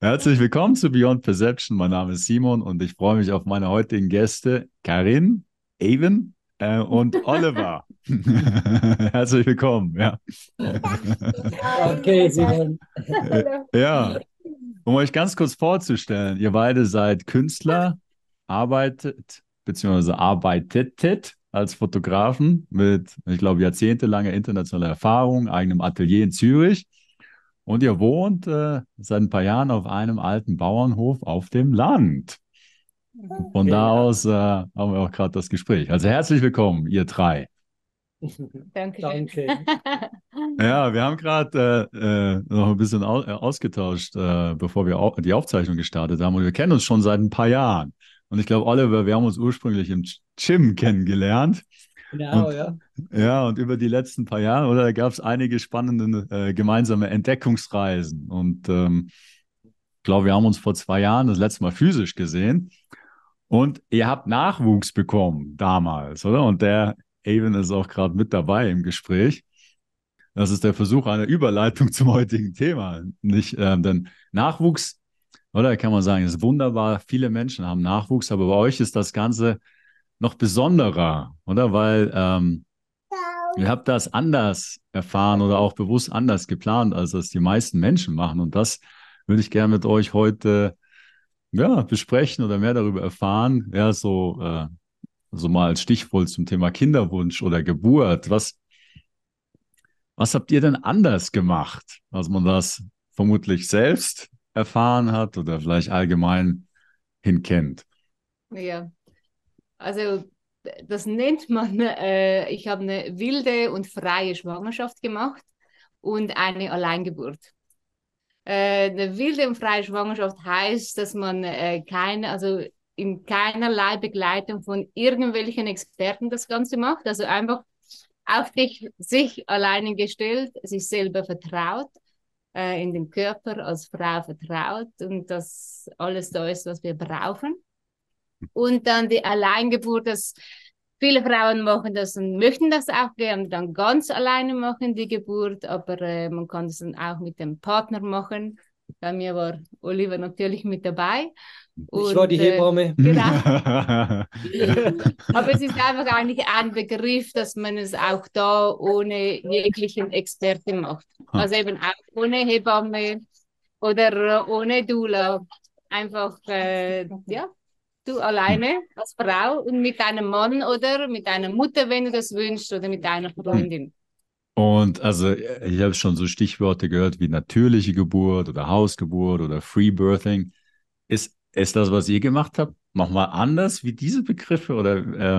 Herzlich willkommen zu Beyond Perception. Mein Name ist Simon und ich freue mich auf meine heutigen Gäste Karin, Aven und Oliver. Herzlich willkommen. Ja. Hi, Okay, hi. Simon. Hallo. Ja, um euch ganz kurz vorzustellen, ihr beide seid Künstler, arbeitet bzw. arbeitetet als Fotografen mit, ich glaube, jahrzehntelanger internationaler Erfahrung, eigenem Atelier in Zürich. Und ihr wohnt seit ein paar Jahren auf einem alten Bauernhof auf dem Land. Von da Genau. aus haben wir auch gerade das Gespräch. Also herzlich willkommen, ihr drei. Dankeschön. Danke. Ja, wir haben gerade noch ein bisschen ausgetauscht, bevor wir die Aufzeichnung gestartet haben. Und wir kennen uns schon seit ein paar Jahren. Und ich glaube, Oliver, wir haben uns ursprünglich im Gym kennengelernt. Genau, Und ja. ja, und über die letzten paar Jahre, oder, da gab es einige spannende gemeinsame Entdeckungsreisen. Und ich glaube, wir haben uns vor 2 Jahren das letzte Mal physisch gesehen. Und ihr habt Nachwuchs bekommen damals, oder? Und der Avon ist auch gerade mit dabei im Gespräch. Das ist der Versuch einer Überleitung zum heutigen Thema. Nicht, denn Nachwuchs, oder kann man sagen, ist wunderbar. Viele Menschen haben Nachwuchs, aber bei euch ist das Ganze noch besonderer, oder? Weil ihr habt das anders erfahren oder auch bewusst anders geplant, als das die meisten Menschen machen. Und das würde ich gerne mit euch heute ja, besprechen oder mehr darüber erfahren. Ja, so mal als Stichwort zum Thema Kinderwunsch oder Geburt. Was habt ihr denn anders gemacht, als man das vermutlich selbst erfahren hat oder vielleicht allgemein hinkennt? Ja, also das nennt man, ich habe eine wilde und freie Schwangerschaft gemacht und eine Alleingeburt. Eine wilde und freie Schwangerschaft heißt, dass man also in keinerlei Begleitung von irgendwelchen Experten das Ganze macht. Also einfach auf sich alleine gestellt, sich selber vertraut, in den Körper als Frau vertraut und dass alles da ist, was wir brauchen. Und dann die Alleingeburt, das viele Frauen machen das und möchten das auch gerne dann ganz alleine machen, die Geburt, aber man kann das dann auch mit dem Partner machen. Bei mir war Oliver natürlich mit dabei. Ich war die Und Hebamme. genau. Aber es ist einfach eigentlich ein Begriff, dass man es auch da ohne jeglichen Experte macht. Also eben auch ohne Hebamme oder ohne Doula. Einfach, ja, du alleine als Frau und mit deinem Mann oder mit deiner Mutter, wenn du das wünschst, oder mit deiner Freundin. Und also ich habe schon so Stichworte gehört wie natürliche Geburt oder Hausgeburt oder Free Birthing. Ist das, was ihr gemacht habt, nochmal anders wie diese Begriffe oder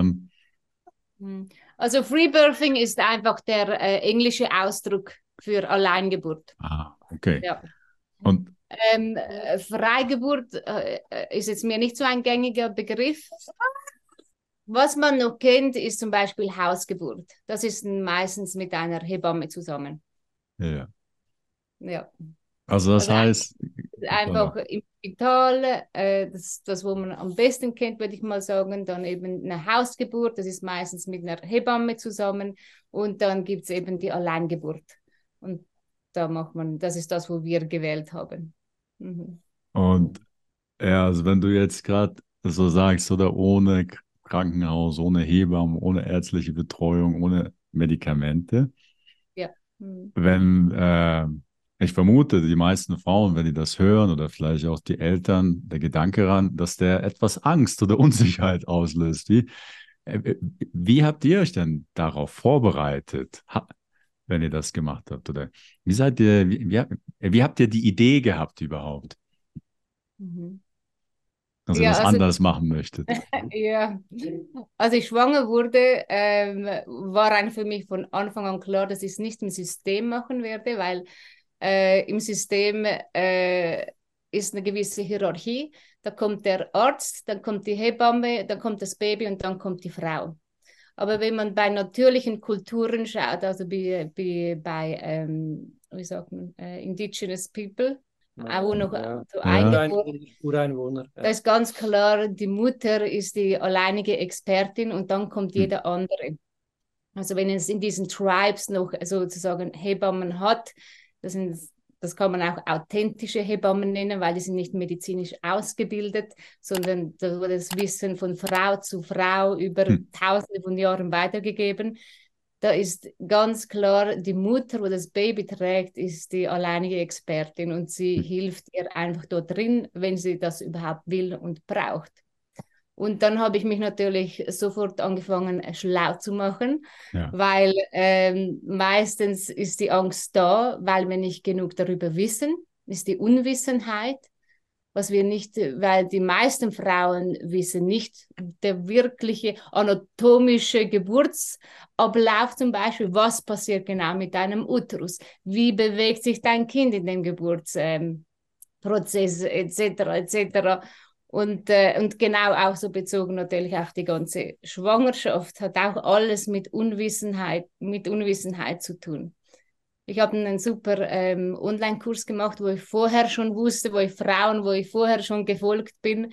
Hm. Also Freebirthing ist einfach der englische Ausdruck für Alleingeburt. okay. Ja. Und Freigeburt ist jetzt mir nicht so ein gängiger Begriff. Was man noch kennt, ist zum Beispiel Hausgeburt. Das ist meistens mit einer Hebamme zusammen. ja, Ja. also das Also heißt, einfach im Spital, das, wo man am besten kennt, würde ich mal sagen. Dann eben eine Hausgeburt, das ist meistens mit einer Hebamme zusammen. Und dann gibt es eben die Alleingeburt. Und da macht man, das ist das, wo wir gewählt haben. Mhm. und ja, also wenn du jetzt gerade so sagst, oder ohne Krankenhaus, ohne Hebammen, ohne ärztliche Betreuung, ohne Medikamente, Ja. Mhm. wenn ich vermute, die meisten Frauen, wenn die das hören oder vielleicht auch die Eltern, der Gedanke ran, dass der etwas Angst oder Unsicherheit auslöst. Wie habt ihr euch denn darauf vorbereitet, wenn ihr das gemacht habt? Oder wie seid ihr, wie habt ihr die Idee gehabt überhaupt, Mhm. dass ihr Ja, das also anders machen möchtet? ja, als ich schwanger wurde, war eigentlich für mich von Anfang an klar, dass ich es nicht im System machen werde, weil im System ist eine gewisse Hierarchie. Da kommt der Arzt, dann kommt die Hebamme, dann kommt das Baby und dann kommt die Frau. Aber wenn man bei natürlichen Kulturen schaut, also bei wie sagt man, Indigenous People, auch noch Ja. so Ja, eingefordert, Ureinwohner. da Ja. ist ganz klar, die Mutter ist die alleinige Expertin und dann kommt hm, jeder andere. Also wenn es in diesen Tribes noch sozusagen Hebammen hat, das sind das kann man auch authentische Hebammen nennen, weil die sind nicht medizinisch ausgebildet, sondern da wurde das Wissen von Frau zu Frau über Tausende von Jahren weitergegeben. Da ist ganz klar, die Mutter, die das Baby trägt, ist die alleinige Expertin und sie hilft ihr einfach dort drin, wenn sie das überhaupt will und braucht. Und dann habe ich mich natürlich sofort angefangen, schlau zu machen, weil meistens ist die Angst da, weil wir nicht genug darüber wissen, ist die Unwissenheit, was wir nicht, weil die meisten Frauen wissen nicht der wirkliche anatomische Geburtsablauf zum Beispiel, was passiert genau mit deinem Uterus, wie bewegt sich dein Kind in dem Geburtsprozess etc. etc. Und genau auch so bezogen natürlich auf die ganze Schwangerschaft, hat auch alles mit Unwissenheit zu tun. Ich habe einen super Online-Kurs gemacht, wo ich vorher schon wusste, wo ich vorher schon gefolgt bin.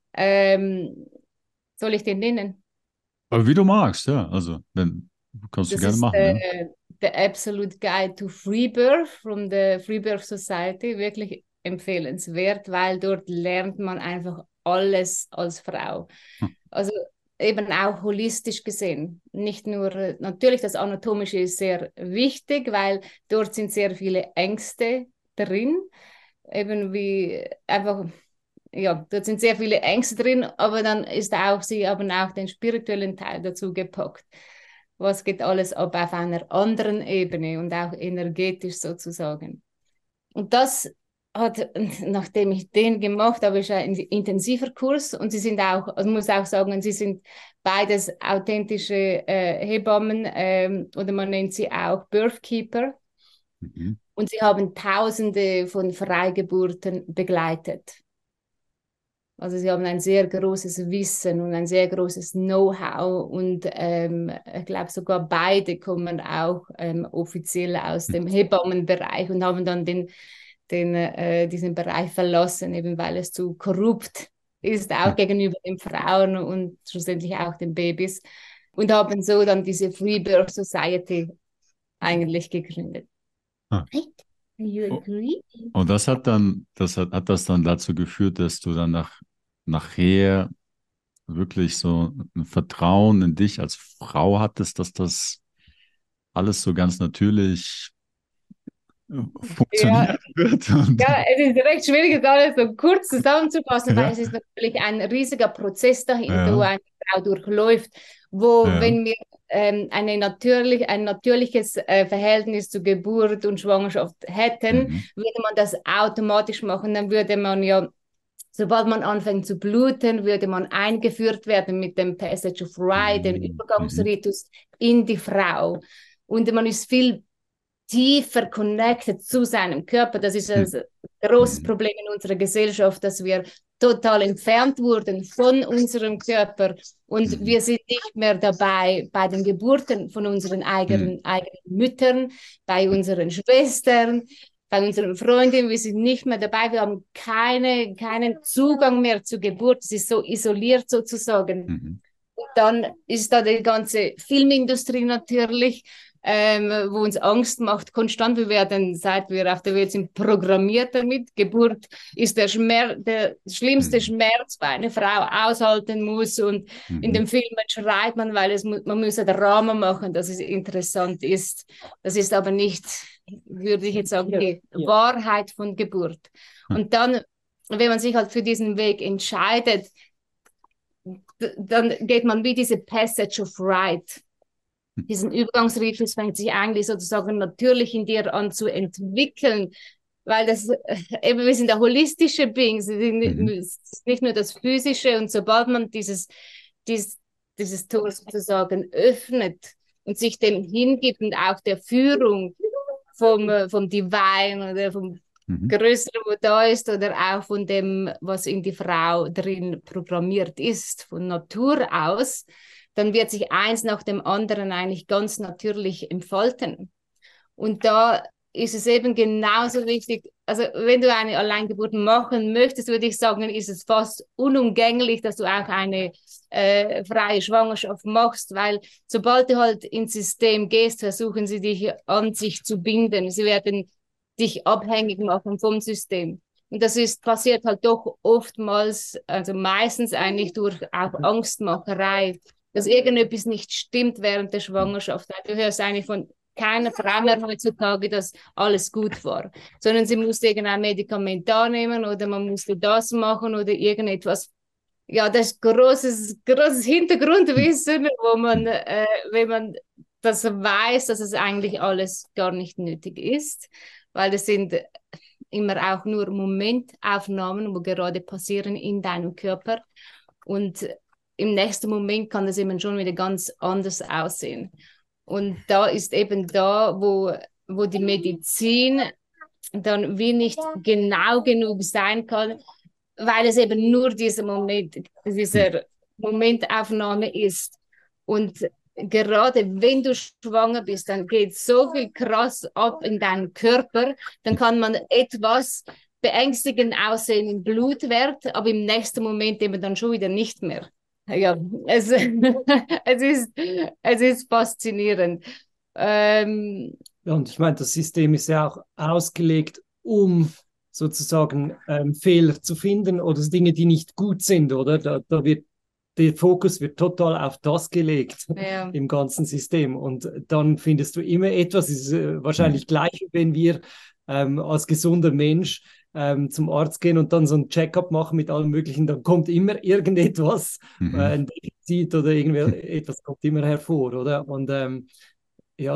Soll ich den nennen? Aber wie du magst, ja. Also, kannst du Das gerne ist machen, ja. The Absolute Guide to Free Birth from the Free Birth Society. Wirklich empfehlenswert, weil dort lernt man einfach alles als Frau. Also eben auch holistisch gesehen. Nicht nur, natürlich das Anatomische ist sehr wichtig, weil dort sind sehr viele Ängste drin. Eben wie einfach, ja, dort sind sehr viele Ängste drin, aber dann ist auch, sie haben auch den spirituellen Teil dazu gepackt. Was geht alles ab auf einer anderen Ebene und auch energetisch sozusagen. Und das hat, nachdem ich den gemacht habe, ist ein intensiver Kurs und sie sind auch, also muss auch sagen, sie sind beides authentische Hebammen oder man nennt sie auch Birthkeeper und sie haben Tausende von Freigeburten begleitet. Also sie haben ein sehr großes Wissen und ein sehr großes Know-how und ich glaube sogar beide kommen auch offiziell aus dem Hebammenbereich und haben dann diesen Bereich verlassen, eben weil es zu korrupt ist, auch gegenüber den Frauen und schlussendlich auch den Babys und haben so dann diese Free Birth Society eigentlich gegründet. Ah. You agree? Und das hat dann dazu geführt, dass du dann nachher wirklich so ein Vertrauen in dich als Frau hattest, dass das alles so ganz natürlich funktionieren wird. Ja, es ist recht schwierig, das alles so kurz zusammenzufassen, weil es ist natürlich ein riesiger Prozess dahinter, wo eine Frau durchläuft, wo wenn wir ein natürliches Verhältnis zu Geburt und Schwangerschaft hätten, würde man das automatisch machen. Dann würde man ja, sobald man anfängt zu bluten, würde man eingeführt werden mit dem Passage of Rite, den Übergangsritus in die Frau. Und man ist viel tiefer connected zu seinem Körper. Das ist ein großes Problem in unserer Gesellschaft, dass wir total entfernt wurden von unserem Körper und wir sind nicht mehr dabei bei den Geburten von unseren eigenen Müttern, bei unseren Schwestern, bei unseren Freundinnen. Wir sind nicht mehr dabei. Wir haben keinen Zugang mehr zur Geburt. Es ist so isoliert sozusagen. Und dann ist da die ganze Filmindustrie natürlich, wo uns Angst macht, konstant. Wir werden, seit wir auf der Welt sind, programmiert damit. Geburt ist der schlimmste Schmerz, weil eine Frau aushalten muss. Und in den Filmen schreit man, weil man muss einen Rahmen machen, dass es interessant ist. Das ist aber nicht, würde ich jetzt sagen, die Wahrheit von Geburt. Und dann, wenn man sich halt für diesen Weg entscheidet, dann geht man wie diese Passage of Rite. Diesen Übergangsritus fängt sich eigentlich sozusagen natürlich in dir an zu entwickeln, weil das eben, wir sind ja holistische Beings, es ist nicht nur das Physische und sobald man dieses Tor sozusagen öffnet und sich dem hingibt und auch der Führung vom Divine oder vom Größeren, wo da ist, oder auch von dem, was in die Frau drin programmiert ist, von Natur aus, dann wird sich eins nach dem anderen eigentlich ganz natürlich entfalten. Und da ist es eben genauso wichtig, also wenn du eine Alleingeburt machen möchtest, würde ich sagen, ist es fast unumgänglich, dass du auch eine freie Schwangerschaft machst, weil sobald du halt ins System gehst, versuchen sie dich an sich zu binden. Sie werden dich abhängig machen vom System. Und das passiert halt doch oftmals, also meistens eigentlich durch auch Angstmacherei, dass irgendetwas nicht stimmt während der Schwangerschaft. Du hörst eigentlich von keiner Frau mehr heutzutage, dass alles gut war, sondern sie musste irgendein Medikament da nehmen oder man musste das machen oder irgendetwas. Ja, das ist großes Hintergrundwissen, wo man, wenn man das weiß, dass es eigentlich alles gar nicht nötig ist, weil das sind immer auch nur Momentaufnahmen, wo gerade passieren in deinem Körper. Und im nächsten Moment kann das eben schon wieder ganz anders aussehen. Und da ist eben da, wo die Medizin dann wie nicht genau genug sein kann, weil es eben nur dieser Momentaufnahme ist. Und gerade wenn du schwanger bist, dann geht so viel krass ab in deinen Körper, dann kann man etwas beängstigend aussehen im Blutwert, aber im nächsten Moment eben dann schon wieder nicht mehr. Ja, es ist faszinierend. Ja, und ich meine, das System ist ja auch ausgelegt, um sozusagen Fehler zu finden oder Dinge, die nicht gut sind, oder? Da wird der Fokus wird total auf das gelegt Ja. im ganzen System. Und dann findest du immer etwas, es ist wahrscheinlich gleich, wenn wir als gesunder Mensch zum Arzt gehen und dann so ein Check-up machen mit allem Möglichen, dann kommt immer irgendetwas, ein Defizit oder etwas kommt immer hervor, oder? Und ja,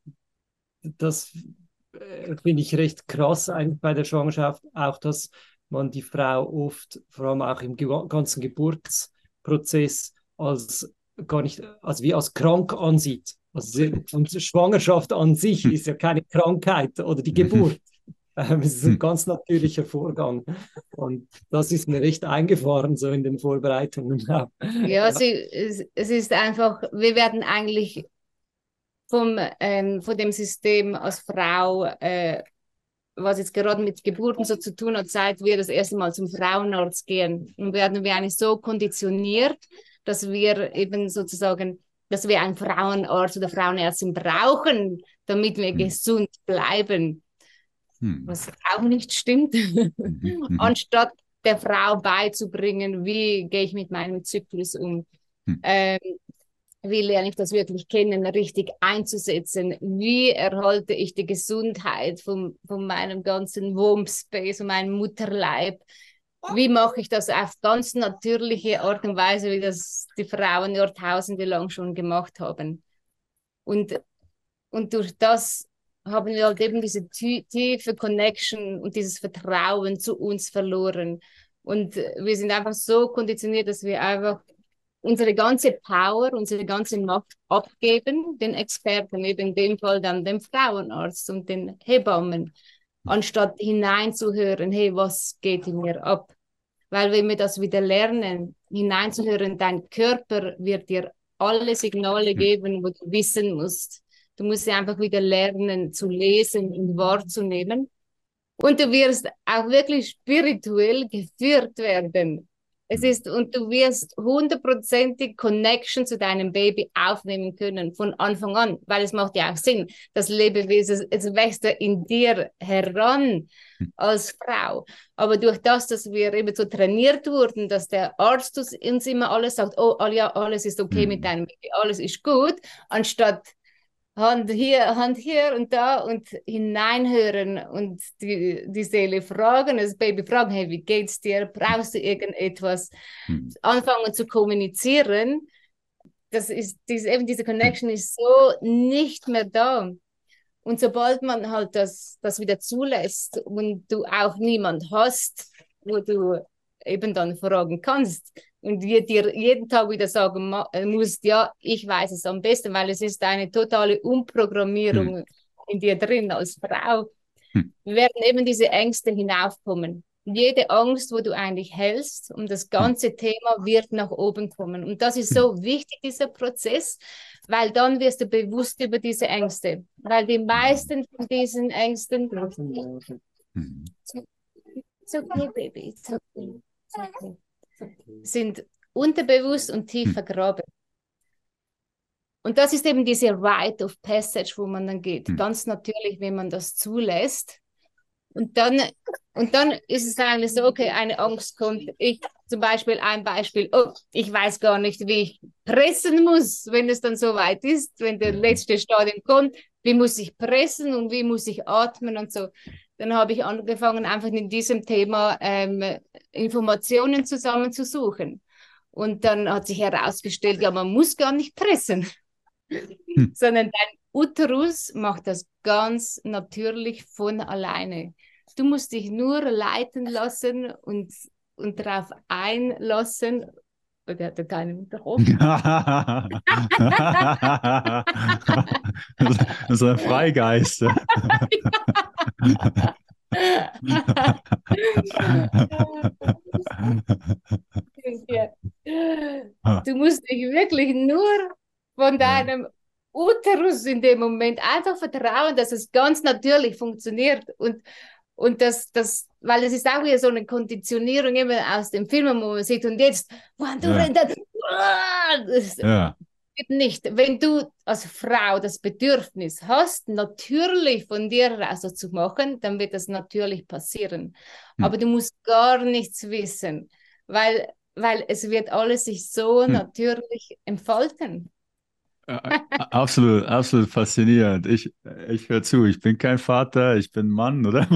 das finde ich recht krass eigentlich bei der Schwangerschaft, auch dass man die Frau oft, vor allem auch im ganzen Geburtsprozess, als gar nicht, also wie als krank ansieht. Also und Schwangerschaft an sich ist ja keine Krankheit oder die Geburt. Es ist ein ganz natürlicher Vorgang. Und das ist mir recht eingefahren, so in den Vorbereitungen. Ja, Ja. es ist einfach, wir werden eigentlich von dem System als Frau, was jetzt gerade mit Geburten so zu tun hat, seit wir das erste Mal zum Frauenarzt gehen. Und werden wir eigentlich so konditioniert, dass wir eben sozusagen, dass wir einen Frauenarzt oder Frauenärztin brauchen, damit wir gesund bleiben. Was auch nicht stimmt. Anstatt der Frau beizubringen, wie gehe ich mit meinem Zyklus um. Wie lerne ich das wirklich kennen, richtig einzusetzen? Wie erhalte ich die Gesundheit von meinem ganzen Womb-Space und meinem Mutterleib? Wie mache ich das auf ganz natürliche Art und Weise, wie das die Frauen Jahrtausende lang schon gemacht haben? Und durch das haben wir halt eben diese tiefe Connection und dieses Vertrauen zu uns verloren. Und wir sind einfach so konditioniert, dass wir einfach unsere ganze Power, unsere ganze Macht abgeben, den Experten, eben in dem Fall dann dem Frauenarzt und den Hebammen, anstatt hineinzuhören, hey, was geht in mir ab? Weil wenn wir das wieder lernen, hineinzuhören, dein Körper wird dir alle Signale geben, wo du wissen musst. Du musst sie einfach wieder lernen zu lesen und wahrzunehmen. Und du wirst auch wirklich spirituell geführt werden. Und du wirst 100%ig Connection zu deinem Baby aufnehmen können von Anfang an, weil es macht ja auch Sinn. Das Lebewesen, es wächst in dir heran als Frau. Aber durch das, dass wir eben so trainiert wurden, dass der Arzt uns immer alles sagt, oh, ja, alles ist okay mit deinem Baby, alles ist gut, anstatt Hand hier und da und hineinhören und die Seele fragen, das Baby fragen, hey, wie geht's dir? Brauchst du irgendetwas? Anfangen zu kommunizieren, diese Connection ist so nicht mehr da. Und sobald man halt das wieder zulässt und du auch niemand hast, wo du eben dann fragen kannst, und dir jeden Tag wieder sagen musst, ja, ich weiß es am besten, weil es ist eine totale Umprogrammierung in dir drin als Frau, werden eben diese Ängste hinaufkommen. Jede Angst, wo du eigentlich hältst, und das ganze Thema wird nach oben kommen. Und das ist so wichtig, dieser Prozess, weil dann wirst du bewusst über diese Ängste. Weil die meisten von diesen Ängsten It's okay, baby, it's okay. It's okay. Sind unterbewusst und tief vergraben. Und das ist eben diese Rite of Passage, wo man dann geht. Ganz natürlich, wenn man das zulässt Und dann ist es eigentlich so, okay, eine Angst kommt. Ich zum Beispiel ein Beispiel, oh, ich weiß gar nicht, wie ich pressen muss, wenn es dann so weit ist, wenn der letzte Stadium kommt, wie muss ich pressen und wie muss ich atmen und so. Dann habe ich angefangen, einfach in diesem Thema Informationen zusammenzusuchen. Und dann hat sich herausgestellt, ja, man muss gar nicht pressen, sondern dein Uterus macht das ganz natürlich von alleine. Du musst dich nur leiten lassen und darauf einlassen. Oh, der hat keinen Unterhof. Das ist ein Freigeist. Du musst dich wirklich nur von deinem Uterus in dem Moment einfach vertrauen, dass es ganz natürlich funktioniert und weil es ist auch wieder so eine Konditionierung immer aus dem Film, wo man sieht, und jetzt, wann du das Ja. geht nicht. Wenn du als Frau das Bedürfnis hast, natürlich von dir aus so zu machen, dann wird das natürlich passieren. Aber du musst gar nichts wissen, weil es wird alles sich so natürlich entfalten. Absolut, absolut faszinierend. Ich höre zu, ich bin kein Vater, ich bin Mann, oder?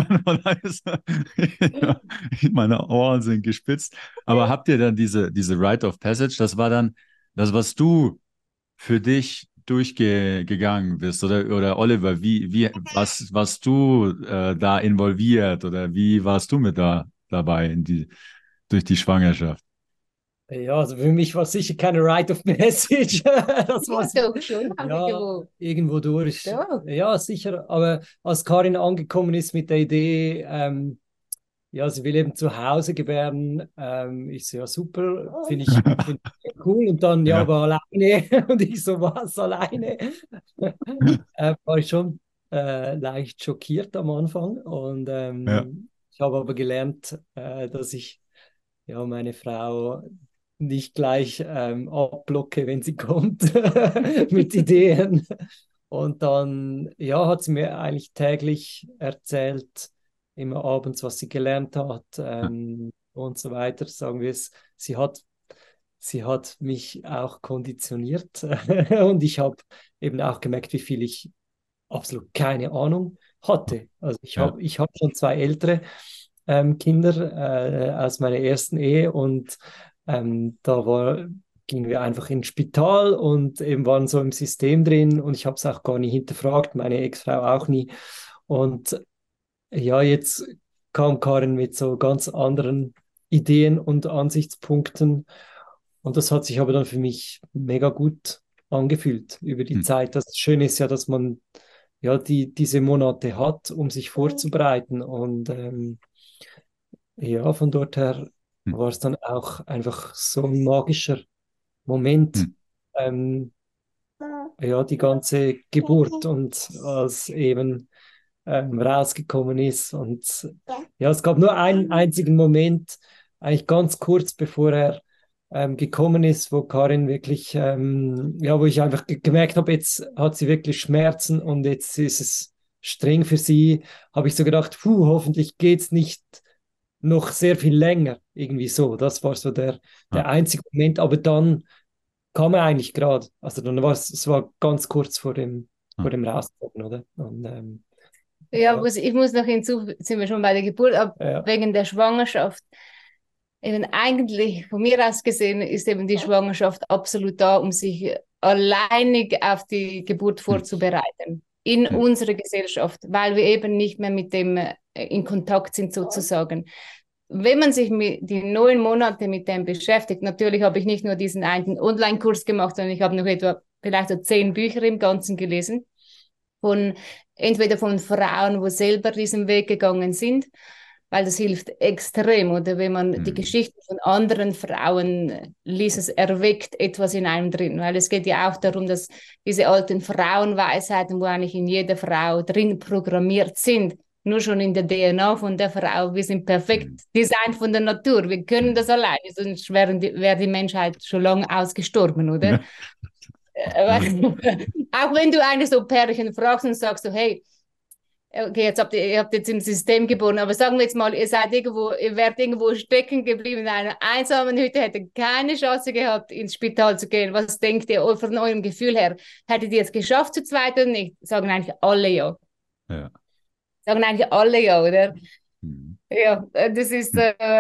Meine Ohren sind gespitzt. Aber habt ihr dann diese Rite of Passage, das war dann das, was du für dich durchgegangen bist, oder Oliver, was warst du da involviert oder wie warst du mit dabei durch die Schwangerschaft? Ja, also für mich war es sicher keine Rite of Passage. Das war Doch schon, ja, irgendwo durch. Ja. Ja, sicher. Aber als Karin angekommen ist mit der Idee, ja, sie will eben zu Hause gebären, ich so, ja, super, finde ich cool. Und dann, ja, Ja. aber alleine. Und ich so, was, alleine? War ich schon leicht schockiert am Anfang. Und Ja. ich habe aber gelernt, dass ich ja meine Frau nicht gleich abblocke, wenn sie kommt mit Ideen. Und dann, ja, hat sie mir eigentlich täglich erzählt, immer abends, was sie gelernt hat und so weiter. Sagen wir es, sie hat mich auch konditioniert und ich habe eben auch gemerkt, wie viel ich absolut keine Ahnung hatte. Also Ja. ich hab schon zwei ältere Kinder aus meiner ersten Ehe und gingen wir einfach ins Spital und eben waren so im System drin und ich habe es auch gar nicht hinterfragt, meine Ex-Frau auch nie. Und ja, jetzt kam Karin mit so ganz anderen Ideen und Ansichtspunkten und das hat sich aber dann für mich mega gut angefühlt über die Zeit. Das Schöne ist ja, dass man ja diese Monate hat, um sich vorzubereiten und ja, von dort her war es dann auch einfach so ein magischer Moment, ja, die ganze Geburt und als eben rausgekommen ist. Und ja, es gab nur einen einzigen Moment, eigentlich ganz kurz bevor er gekommen ist, wo Karin wirklich, ja, wo ich einfach gemerkt habe, jetzt hat sie wirklich Schmerzen und jetzt ist es streng für sie, habe ich so gedacht, puh, hoffentlich geht es nicht noch sehr viel länger, irgendwie so. Das war so der einzige Moment, aber dann kam er eigentlich gerade. Also dann war es war ganz kurz vor dem Rauskommen, oder? Und, Ja, ich muss noch hinzu, sind wir schon bei der Geburt, aber wegen der Schwangerschaft. Eben eigentlich, von mir aus gesehen, ist eben die Schwangerschaft absolut da, um sich alleinig auf die Geburt vorzubereiten. In unserer Gesellschaft, weil wir eben nicht mehr mit dem in Kontakt sind, sozusagen. Wenn man sich die 9 Monate mit dem beschäftigt, natürlich habe ich nicht nur diesen einen Online-Kurs gemacht, sondern ich habe noch etwa vielleicht so 10 Bücher im Ganzen gelesen, entweder von Frauen, wo selber diesen Weg gegangen sind, weil das hilft extrem. Oder wenn man die Geschichten von anderen Frauen liest, es erweckt etwas in einem drin. Weil es geht ja auch darum, dass diese alten Frauenweisheiten, wo eigentlich in jeder Frau drin programmiert sind, nur schon in der DNA von der Frau, wir sind perfekt designt von der Natur. Wir können das alleine, sonst wäre die Menschheit schon lange ausgestorben, oder? Auch wenn du eine so Pärchen fragst und sagst so, hey, Okay, ihr habt jetzt im System geboren, aber sagen wir jetzt mal, ihr werdet irgendwo stecken geblieben in einer einsamen Hütte, hättet keine Chance gehabt, ins Spital zu gehen. Was denkt ihr von eurem Gefühl her? Hättet ihr es geschafft zu zweit oder nicht? Sagen eigentlich alle ja. Ja. Sagen eigentlich alle ja, oder? Mhm. Ja, das ist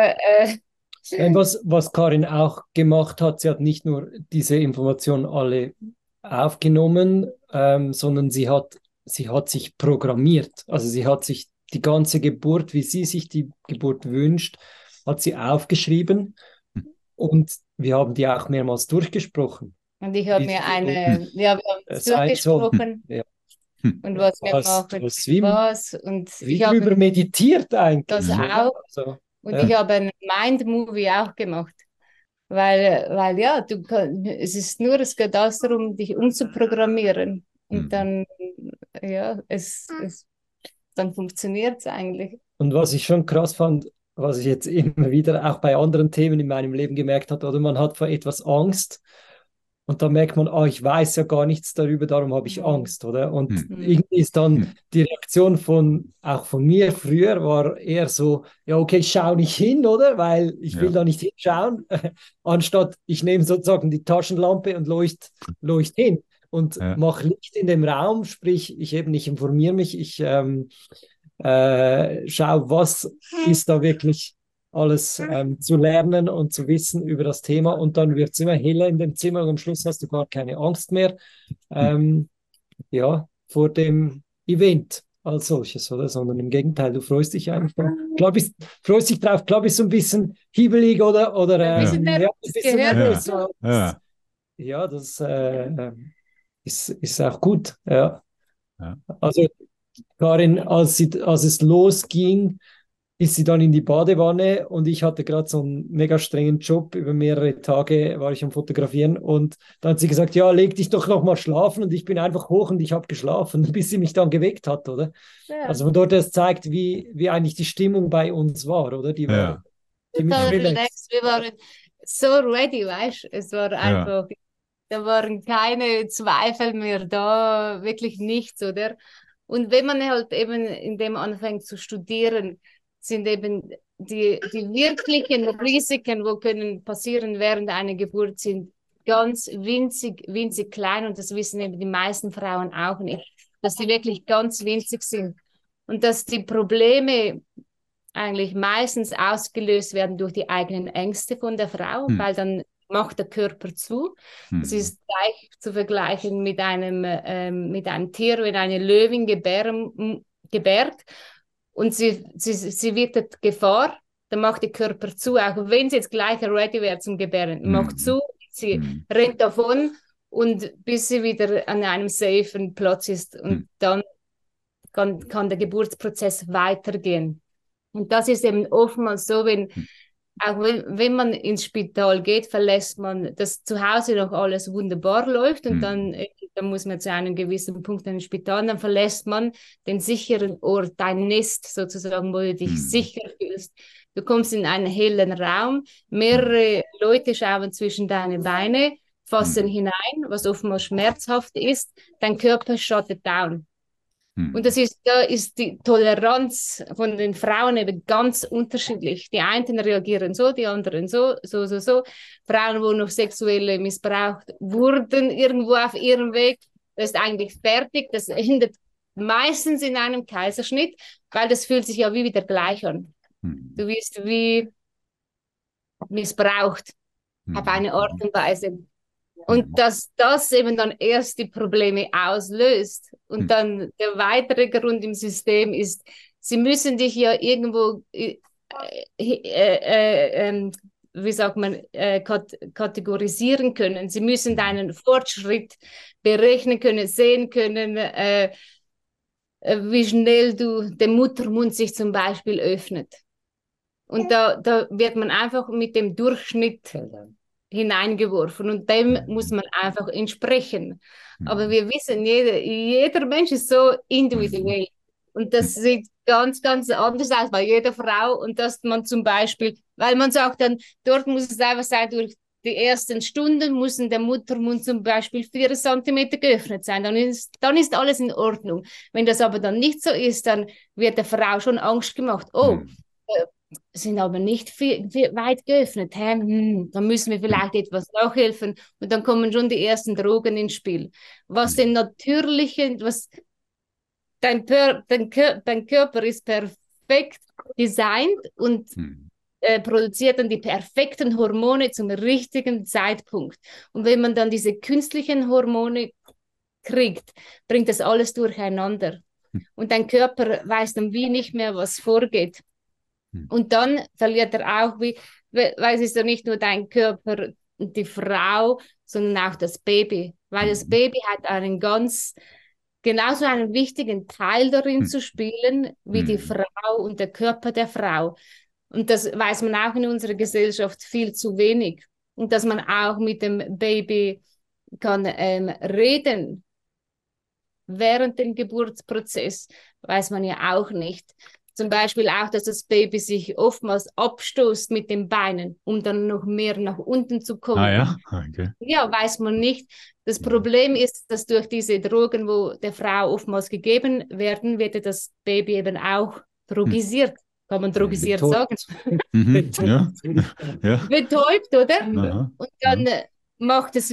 Was Karin auch gemacht hat, sie hat nicht nur diese Informationen alle aufgenommen, sondern sie hat sich programmiert. Also sie hat sich die ganze Geburt, wie sie sich die Geburt wünscht, hat sie aufgeschrieben und wir haben die auch mehrmals durchgesprochen. und ich habe Wie mir sie wir haben sein soll. durchgesprochen Ja. und was wir machen, und wie ich habe drüber meditiert eigentlich. das oder? auch. Also, Und ja. ich habe einen Mind-Movie auch gemacht. Weil ja, es geht alles darum, dich umzuprogrammieren. Und dann, ja, dann funktioniert es eigentlich. Und was ich schon krass fand, was ich jetzt immer wieder auch bei anderen Themen in meinem Leben gemerkt habe, oder man hat vor etwas Angst und dann merkt man, ich weiß ja gar nichts darüber, darum habe ich Angst, oder? Und irgendwie ist dann die Reaktion auch von mir früher war eher so, ja, okay, ich schaue nicht hin, oder? Weil ich will da nicht hinschauen, anstatt ich nehme sozusagen die Taschenlampe und leucht hin und mache Licht in dem Raum, sprich, ich informiere mich, ich schau, was ist da wirklich alles zu lernen und zu wissen über das Thema und dann wird es immer heller in dem Zimmer und am Schluss hast du gar keine Angst mehr vor dem Event als solches, oder? Sondern im Gegenteil, du freust dich einfach. Freust dich drauf, glaube ich, so ein bisschen hibbelig oder Ein bisschen nervös. Ja, das ist auch gut. Ja. Also Karin, als es losging, ist sie dann in die Badewanne und ich hatte gerade so einen mega strengen Job. Über mehrere Tage war ich am Fotografieren und dann hat sie gesagt, ja, leg dich doch noch mal schlafen und ich bin einfach hoch und ich habe geschlafen, bis sie mich dann geweckt hat, oder? Ja. Also von dort das zeigt, wie eigentlich die Stimmung bei uns war, oder? Die war ziemlich relaxed. Wir waren so ready, weißt du? Es war einfach, da waren keine Zweifel mehr da, wirklich nichts, oder? Und wenn man halt eben in dem anfängt zu studieren, sind eben die wirklichen Risiken, wo können passieren während einer Geburt, sind ganz winzig, winzig klein und das wissen eben die meisten Frauen auch nicht, dass die wirklich ganz winzig sind und dass die Probleme eigentlich meistens ausgelöst werden durch die eigenen Ängste von der Frau, weil dann macht der Körper zu. Es ist gleich zu vergleichen mit einem Tier, wenn eine Löwin gebärt und sie wittert Gefahr, dann macht der Körper zu, auch wenn sie jetzt gleich ready wäre zum Gebären. Macht zu, sie rennt davon und bis sie wieder an einem safen Platz ist und dann kann der Geburtsprozess weitergehen. Und das ist eben oftmals so, wenn man ins Spital geht, verlässt man, dass zu Hause noch alles wunderbar läuft und dann muss man zu einem gewissen Punkt ins Spital, dann verlässt man den sicheren Ort, dein Nest sozusagen, wo du dich sicher fühlst. Du kommst in einen hellen Raum, mehrere Leute schauen zwischen deine Beine, fassen hinein, was oftmals schmerzhaft ist, dein Körper shuttet down. Und da ist die Toleranz von den Frauen eben ganz unterschiedlich. Die einen reagieren so, die anderen so. Frauen, wo noch sexuell missbraucht wurden, irgendwo auf ihrem Weg, das ist eigentlich fertig. Das endet meistens in einem Kaiserschnitt, weil das fühlt sich ja wie wieder gleich an. Du wirst wie missbraucht auf eine Art und Weise. Und dass das eben dann erst die Probleme auslöst. Und dann der weitere Grund im System ist, sie müssen dich ja irgendwo, wie sagt man, kategorisieren können. Sie müssen deinen Fortschritt berechnen können, sehen können, wie schnell der Muttermund sich zum Beispiel öffnet. Und da wird man einfach mit dem Durchschnitt hineingeworfen und dem muss man einfach entsprechen. Aber wir wissen, jeder Mensch ist so individuell und das sieht ganz, ganz anders aus bei jeder Frau und dass man zum Beispiel, weil man sagt dann, dort muss es einfach sein durch die ersten Stunden muss der Muttermund zum Beispiel 4 Zentimeter geöffnet sein. Dann ist alles in Ordnung. Wenn das aber dann nicht so ist, dann wird der Frau schon Angst gemacht. Oh, sind aber nicht weit geöffnet. Dann müssen wir vielleicht etwas nachhelfen. Und dann kommen schon die ersten Drogen ins Spiel. Was den natürlichen, dein Körper ist perfekt designt und produziert dann die perfekten Hormone zum richtigen Zeitpunkt. Und wenn man dann diese künstlichen Hormone kriegt, bringt das alles durcheinander. Und dein Körper weiß dann wie nicht mehr, was vorgeht. Und dann verliert er auch, weil es ist ja nicht nur dein Körper und die Frau, sondern auch das Baby. Weil das Baby hat genauso einen wichtigen Teil darin zu spielen, wie die Frau und der Körper der Frau. Und das weiß man auch in unserer Gesellschaft viel zu wenig. Und dass man auch mit dem Baby kann reden während dem Geburtsprozess, weiß man ja auch nicht. Zum Beispiel auch, dass das Baby sich oftmals abstoßt mit den Beinen, um dann noch mehr nach unten zu kommen. Ah ja? Okay. Ja, weiß man nicht. Das Problem ist, dass durch diese Drogen, wo der Frau oftmals gegeben werden, wird das Baby eben auch drogisiert. Kann man drogisiert sagen? Ja. Ja. Betäubt, oder? Aha. Und dann macht es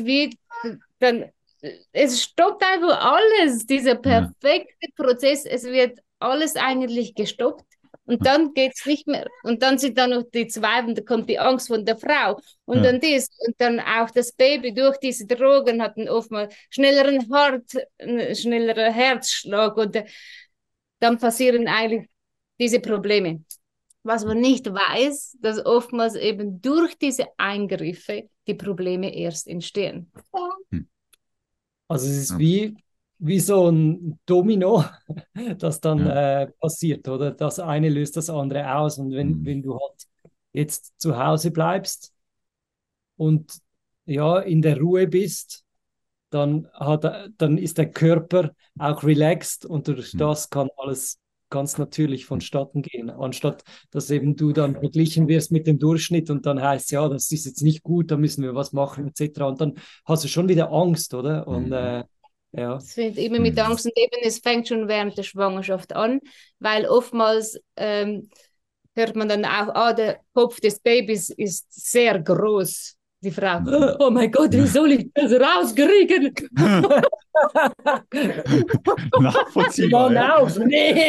es stoppt einfach alles, dieser perfekte Prozess. Es wird alles eigentlich gestoppt. Und dann geht es nicht mehr. Und dann sind da noch die Zweifel, da kommt die Angst von der Frau. Und dann das. Und dann auch das Baby durch diese Drogen hat oftmals schnelleren Herzschlag. Und dann passieren eigentlich diese Probleme. Was man nicht weiß, dass oftmals eben durch diese Eingriffe die Probleme erst entstehen. Also es ist wie so ein Domino, das dann passiert, oder? Das eine löst das andere aus. Und wenn du halt jetzt zu Hause bleibst und ja, in der Ruhe bist, dann ist der Körper auch relaxed und durch das kann alles ganz natürlich vonstatten gehen, anstatt dass eben du dann verglichen wirst mit dem Durchschnitt und dann heißt ja, das ist jetzt nicht gut, da müssen wir was machen etc. Und dann hast du schon wieder Angst, oder? Und ja. Es fängt immer mit Angst und eben es fängt schon während der Schwangerschaft an, weil oftmals hört man dann auch, der Kopf des Babys ist sehr groß. Die Frau, oh mein Gott, wie soll ich das rauskriegen? Nachvollziehbar. Nee.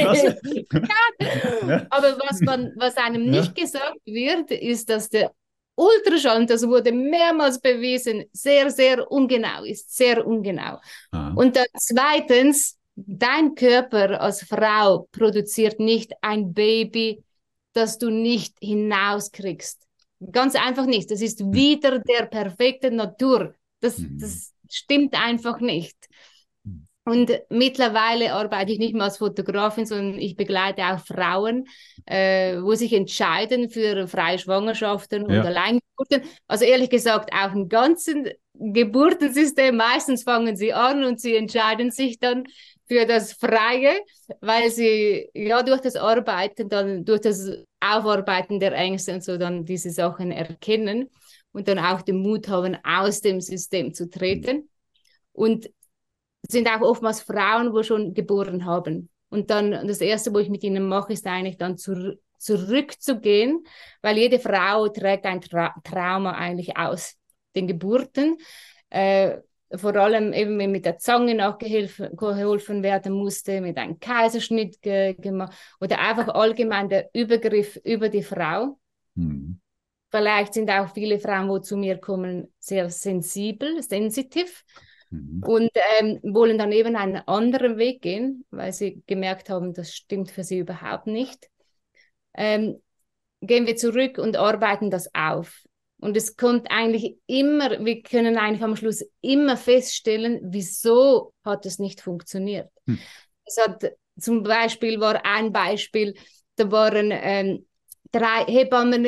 Aber was einem nicht gesagt wird, ist, dass der Ultraschall, das wurde mehrmals bewiesen, sehr, sehr ungenau ist. Sehr ungenau. Und dann zweitens, dein Körper als Frau produziert nicht ein Baby, das du nicht hinauskriegst. Ganz einfach nicht. Das ist wieder der perfekten Natur. Das stimmt einfach nicht. Und mittlerweile arbeite ich nicht mehr als Fotografin, sondern ich begleite auch Frauen, wo sich entscheiden für freie Schwangerschaften und Alleingeburten. Also ehrlich gesagt auch im ganzen Geburtensystem. Meistens fangen sie an und sie entscheiden sich dann für das Freie, weil sie ja durch das Arbeiten, dann durch das Aufarbeiten der Ängste und so dann diese Sachen erkennen und dann auch den Mut haben, aus dem System zu treten. Und sind auch oftmals Frauen, die schon geboren haben. Und dann das Erste, was ich mit ihnen mache, ist eigentlich dann zurückzugehen, weil jede Frau trägt ein Trauma eigentlich aus den Geburten. Vor allem eben, wenn mit der Zange nachgeholfen werden musste, mit einem Kaiserschnitt gemacht oder einfach allgemein der Übergriff über die Frau. Vielleicht sind auch viele Frauen, die zu mir kommen, sehr sensitiv und wollen dann eben einen anderen Weg gehen, weil sie gemerkt haben, das stimmt für sie überhaupt nicht. Gehen wir zurück und arbeiten das auf. Und es kommt eigentlich immer, wir können eigentlich am Schluss immer feststellen, wieso hat es nicht funktioniert. Es hat zum Beispiel, war ein Beispiel, da waren 3 Hebammen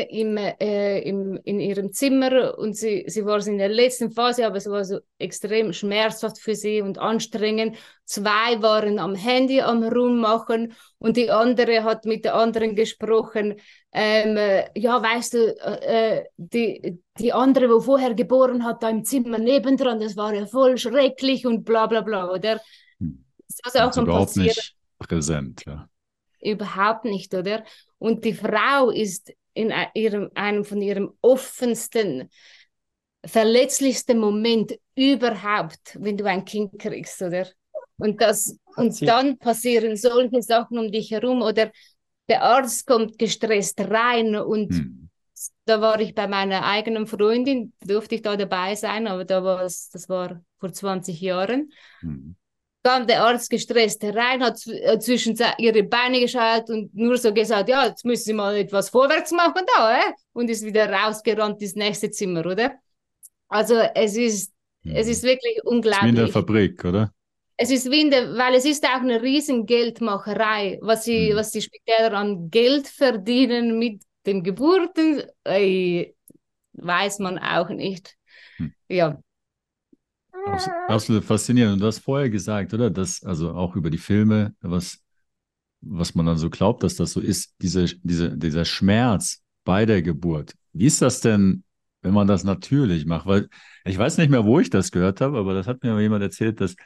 in ihrem Zimmer und sie war in der letzten Phase, aber es war so extrem schmerzhaft für sie und anstrengend. 2 waren am Handy am Rummachen und die andere hat mit der anderen gesprochen. Ja, weißt du, die andere, wo vorher geboren hat, da im Zimmer nebendran, das war ja voll schrecklich und bla bla bla, oder? Das ist auch schon überhaupt passiert. nicht präsent, ja. Überhaupt nicht, oder? Und die Frau ist in einem von ihrem offensten, verletzlichsten Moment überhaupt, wenn du ein Kind kriegst, oder? Und dann passieren solche Sachen um dich herum, oder der Arzt kommt gestresst rein und da war ich bei meiner eigenen Freundin, durfte ich da dabei sein, aber das war vor 20 Jahren. Kam der Arzt gestresst herein, hat zwischen ihre Beine geschaut und nur so gesagt, ja, jetzt müssen Sie mal etwas vorwärts machen da, und ist wieder rausgerannt ins nächste Zimmer, oder? Also es ist wirklich unglaublich. Das ist wie in der Fabrik, oder? Es ist weil es ist auch eine riesen Geldmacherei, was die Spitäler an Geld verdienen mit den Geburten, weiß man auch nicht. Ja. Absolut faszinierend. Und du hast vorher gesagt, oder? Dass, also auch über die Filme, was man dann so glaubt, dass das so ist, dieser Schmerz bei der Geburt. Wie ist das denn, wenn man das natürlich macht? Weil ich weiß nicht mehr, wo ich das gehört habe, aber das hat mir jemand erzählt, dass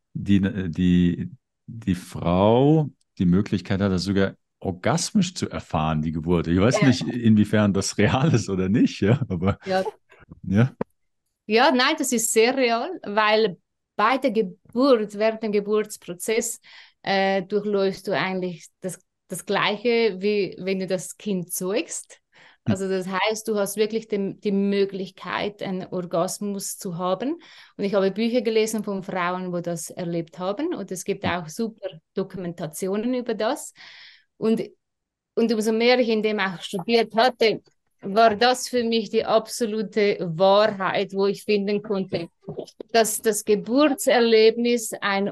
die Frau die Möglichkeit hat, das sogar orgasmisch zu erfahren, die Geburt. Ich weiß nicht, inwiefern das real ist oder nicht, ja, aber ja. Ja, nein, das ist sehr real, weil bei der Geburt, während dem Geburtsprozess, durchläufst du eigentlich das Gleiche, wie wenn du das Kind zeugst. Also das heißt, du hast wirklich die Möglichkeit, einen Orgasmus zu haben. Und ich habe Bücher gelesen von Frauen, wo das erlebt haben. Und es gibt auch super Dokumentationen über das. Und umso mehr ich in dem auch studiert hatte, war das für mich die absolute Wahrheit, wo ich finden konnte, dass das Geburtserlebnis ein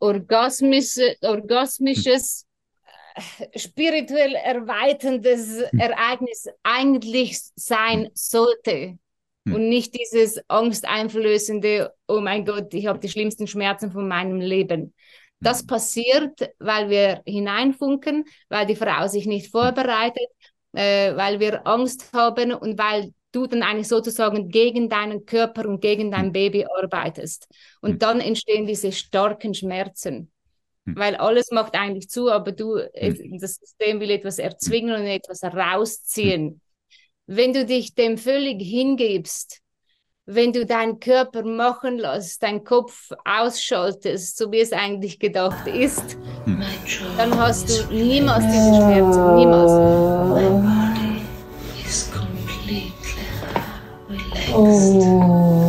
orgasmisches, spirituell erweiterndes Ereignis eigentlich sein sollte. Und nicht dieses angsteinflößende, oh mein Gott, ich habe die schlimmsten Schmerzen von meinem Leben. Das passiert, weil wir hineinfunken, weil die Frau sich nicht vorbereitet, weil wir Angst haben und weil du dann eigentlich sozusagen gegen deinen Körper und gegen dein Baby arbeitest. Und dann entstehen diese starken Schmerzen. Weil alles macht eigentlich zu, aber das System will etwas erzwingen und etwas rausziehen. Wenn du dich dem völlig hingibst, wenn du deinen Körper machen lässt, deinen Kopf ausschaltest, so wie es eigentlich gedacht ist, dann hast du niemals diese Schmerzen, niemals. My body is completely relaxed.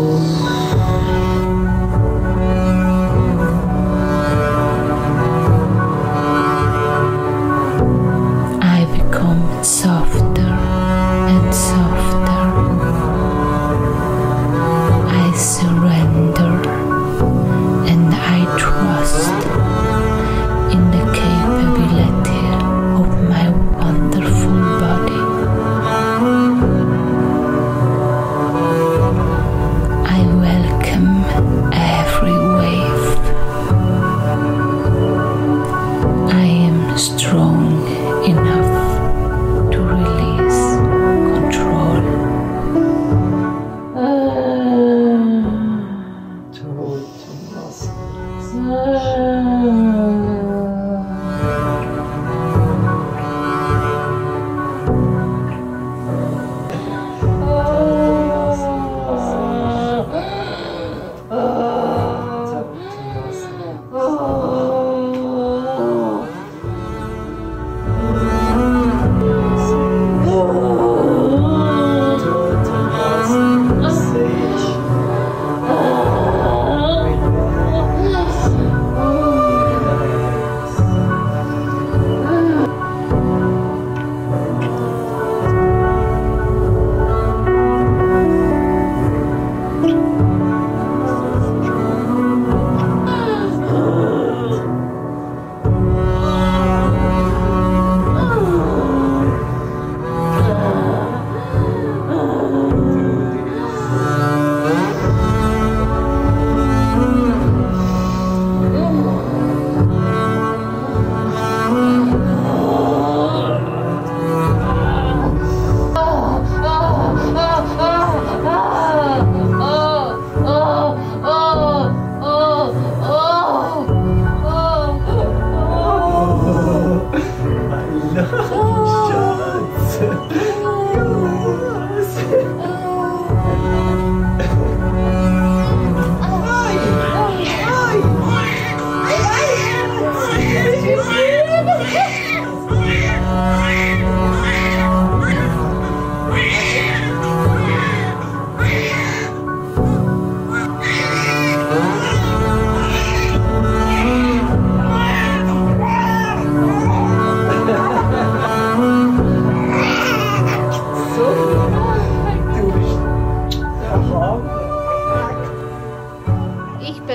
I become softer and softer. I surrender and I trust in the capability of my wonderful body.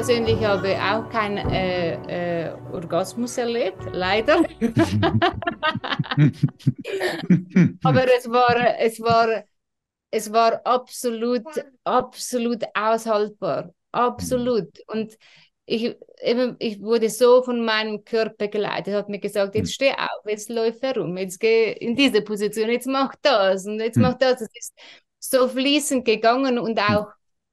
persönlich habe auch keinen Orgasmus erlebt, leider. Aber es war absolut aushaltbar. Absolut. Und ich wurde so von meinem Körper geleitet. Er hat mir gesagt, jetzt steh auf, jetzt läuft herum, jetzt geh in diese Position, jetzt mach das und jetzt mach das. Es ist so fließend gegangen und auch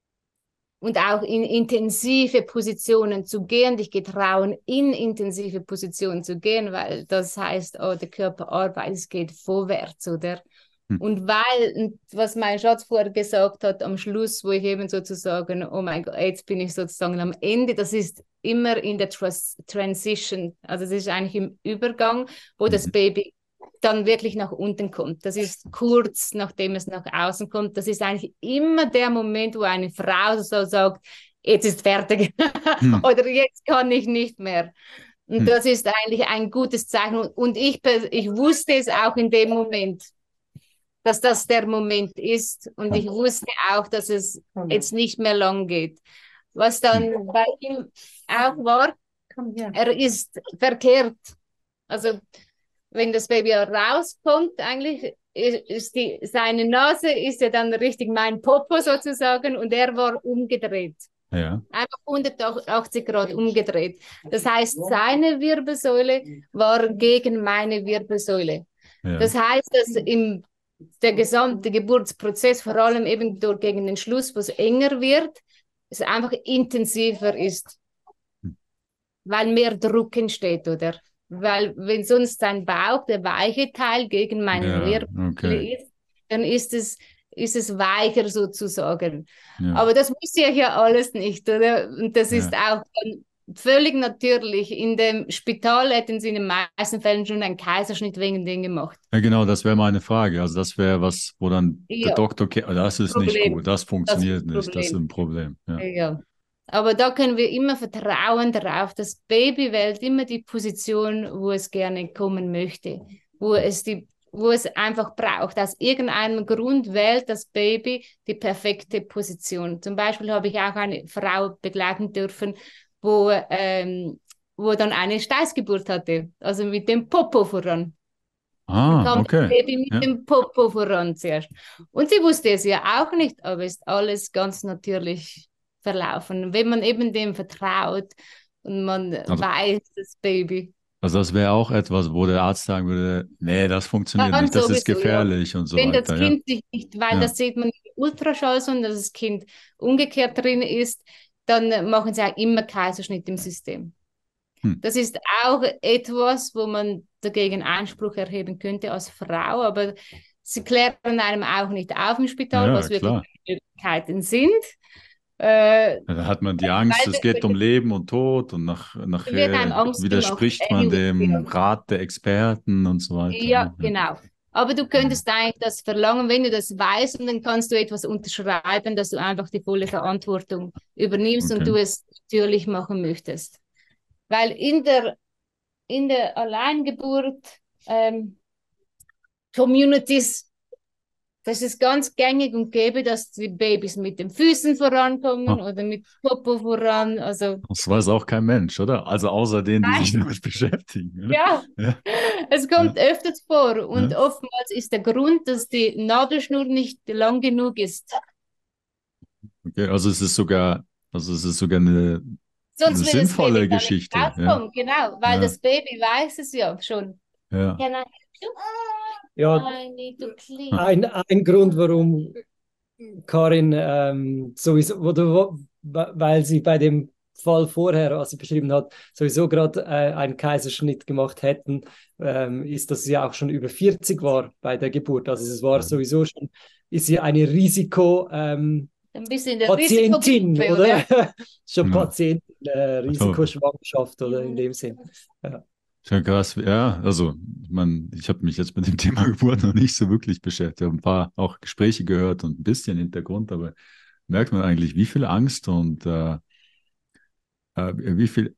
in intensive Positionen zu gehen, dich getrauen, in intensive Positionen zu gehen, weil das heißt, oh, der Körper arbeitet, es geht vorwärts, oder? Und was mein Schatz vorher gesagt hat, am Schluss, wo ich eben sozusagen, oh mein Gott, jetzt bin ich sozusagen am Ende, das ist immer in der Transition, also das ist eigentlich im Übergang, wo das Baby dann wirklich nach unten kommt. Das ist kurz, nachdem es nach außen kommt. Das ist eigentlich immer der Moment, wo eine Frau so sagt, jetzt ist fertig oder jetzt kann ich nicht mehr. Und das ist eigentlich ein gutes Zeichen. Und ich wusste es auch in dem Moment, dass das der Moment ist. Und ich wusste auch, dass es jetzt nicht mehr lang geht. Was dann bei ihm auch war, er ist verkehrt. Also wenn das Baby rauskommt, eigentlich ist seine Nase ist ja dann richtig mein Popo sozusagen und er war umgedreht. Ja. Einfach 180 Grad umgedreht. Das heißt, seine Wirbelsäule war gegen meine Wirbelsäule. Ja. Das heißt, dass der gesamte Geburtsprozess, vor allem eben gegen den Schluss, wo es enger wird, es einfach intensiver ist. Weil mehr Druck entsteht, oder? Weil wenn sonst sein Bauch, der weiche Teil, gegen meine Wirbelsäule ist, dann ist es weicher sozusagen. Ja. Aber das wusste ich ja alles nicht, oder? Und das ist auch völlig natürlich. In dem Spital hätten sie in den meisten Fällen schon einen Kaiserschnitt wegen dem gemacht. Ja, genau, das wäre meine Frage. Also das wäre was, wo dann der Doktor, das ist nicht gut, das funktioniert nicht, das ist ein Problem. Ja. Aber da können wir immer vertrauen darauf, das Baby wählt immer die Position, wo es gerne kommen möchte, wo es einfach braucht. Aus irgendeinem Grund wählt das Baby die perfekte Position. Zum Beispiel habe ich auch eine Frau begleiten dürfen, wo dann eine Steißgeburt hatte, also mit dem Popo voran. Kam das Baby mit dem Popo voran zuerst. Und sie wusste es ja auch nicht, aber ist alles ganz natürlich verlaufen. Wenn man eben dem vertraut und man weiß, das Baby. Also das wäre auch etwas, wo der Arzt sagen würde, nee, das funktioniert nicht, das ist gefährlich und so Wenn weiter. Das Kind sich nicht, weil das sieht man im Ultraschall, sondern dass das Kind umgekehrt drin ist, dann machen sie auch immer Kaiserschnitt im System. Das ist auch etwas, wo man dagegen Einspruch erheben könnte als Frau, aber sie klären einem auch nicht auf im Spital, was wirklich die Möglichkeiten sind. Da hat man die Angst, es geht um Leben und Tod und nachher widerspricht man dem Rat der Experten und so weiter. Ja, genau. Aber du könntest eigentlich das verlangen, wenn du das weißt, und dann kannst du etwas unterschreiben, dass du einfach die volle Verantwortung übernimmst und du es natürlich machen möchtest. Weil in der Alleingeburt Communities, das ist ganz gängig und gäbe, dass die Babys mit den Füßen vorankommen oder mit Popo voran. Also, das weiß auch kein Mensch, oder? Also außer denen, die sich damit beschäftigen. Oder? Ja, es kommt öfters vor und oftmals ist der Grund, dass die Nabelschnur nicht lang genug ist. Okay, also es ist sogar eine sinnvolle Geschichte. Genau, weil das Baby weiß es ja schon. Ja. Ja, ein Grund, warum Karin sowieso, weil sie bei dem Fall vorher, als sie beschrieben hat, sowieso gerade einen Kaiserschnitt gemacht hätten, ist, dass sie auch schon über 40 war bei der Geburt. Also es war sowieso schon, ist sie eine ein bisschen der Patientin, oder? Schon Patientin, Risikoschwangerschaft, oder in dem Sinn. Ja. Ja, krass. Ja, also ich habe mich jetzt mit dem Thema Geburt noch nicht so wirklich beschäftigt. Ich habe ein paar auch Gespräche gehört und ein bisschen Hintergrund, aber merkt man eigentlich, wie viel Angst und wie viel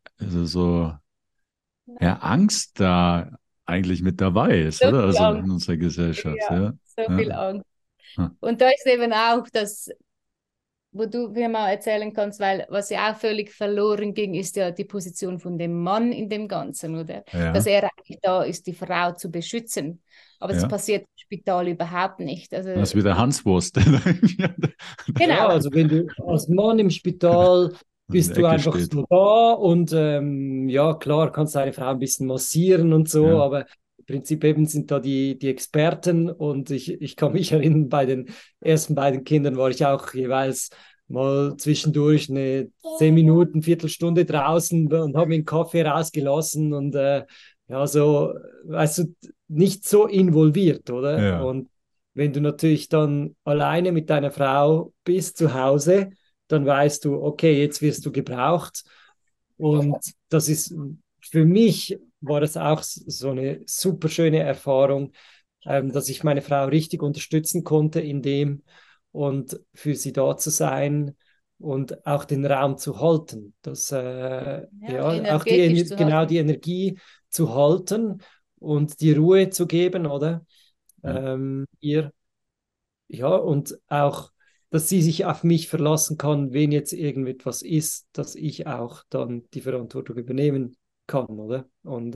Angst da eigentlich mit dabei ist, oder? Also in unserer Gesellschaft. So viel Angst. Und da ist eben auch, dass wo du mir mal erzählen kannst, weil was ja auch völlig verloren ging, ist ja die Position von dem Mann in dem Ganzen, oder? Dass Ja, er eigentlich da ist, die Frau zu beschützen. Aber das ja. passiert im Spital überhaupt nicht. Also, Das ist wie der Hanswurst. Ja, genau. also wenn du als Mann im Spital In der bist du Ecke einfach steht. so da und ja, klar, kannst deine Frau ein bisschen massieren und so, Ja. aber im Prinzip eben sind da die Experten und ich kann mich erinnern, bei den ersten beiden Kindern war ich auch jeweils mal zwischendurch eine 10 Minuten, Viertelstunde draußen und habe mir einen Kaffee rausgelassen und ja, so, weißt du, nicht so involviert, oder? Ja. Und wenn du natürlich dann alleine mit deiner Frau bist zu Hause, dann weißt du, okay, jetzt wirst du gebraucht. Und das ist für mich war das auch so eine super schöne Erfahrung, dass ich meine Frau richtig unterstützen konnte in dem und für sie da zu sein und auch den Raum zu halten. Das, Ja, ja, auch die, energetisch zu genau halten. die Energie zu halten und die Ruhe zu geben, oder? Ja. Ihr. Ja, und auch, dass sie sich auf mich verlassen kann, wenn jetzt irgendetwas ist, dass ich auch dann die Verantwortung übernehmen kann, oder? Und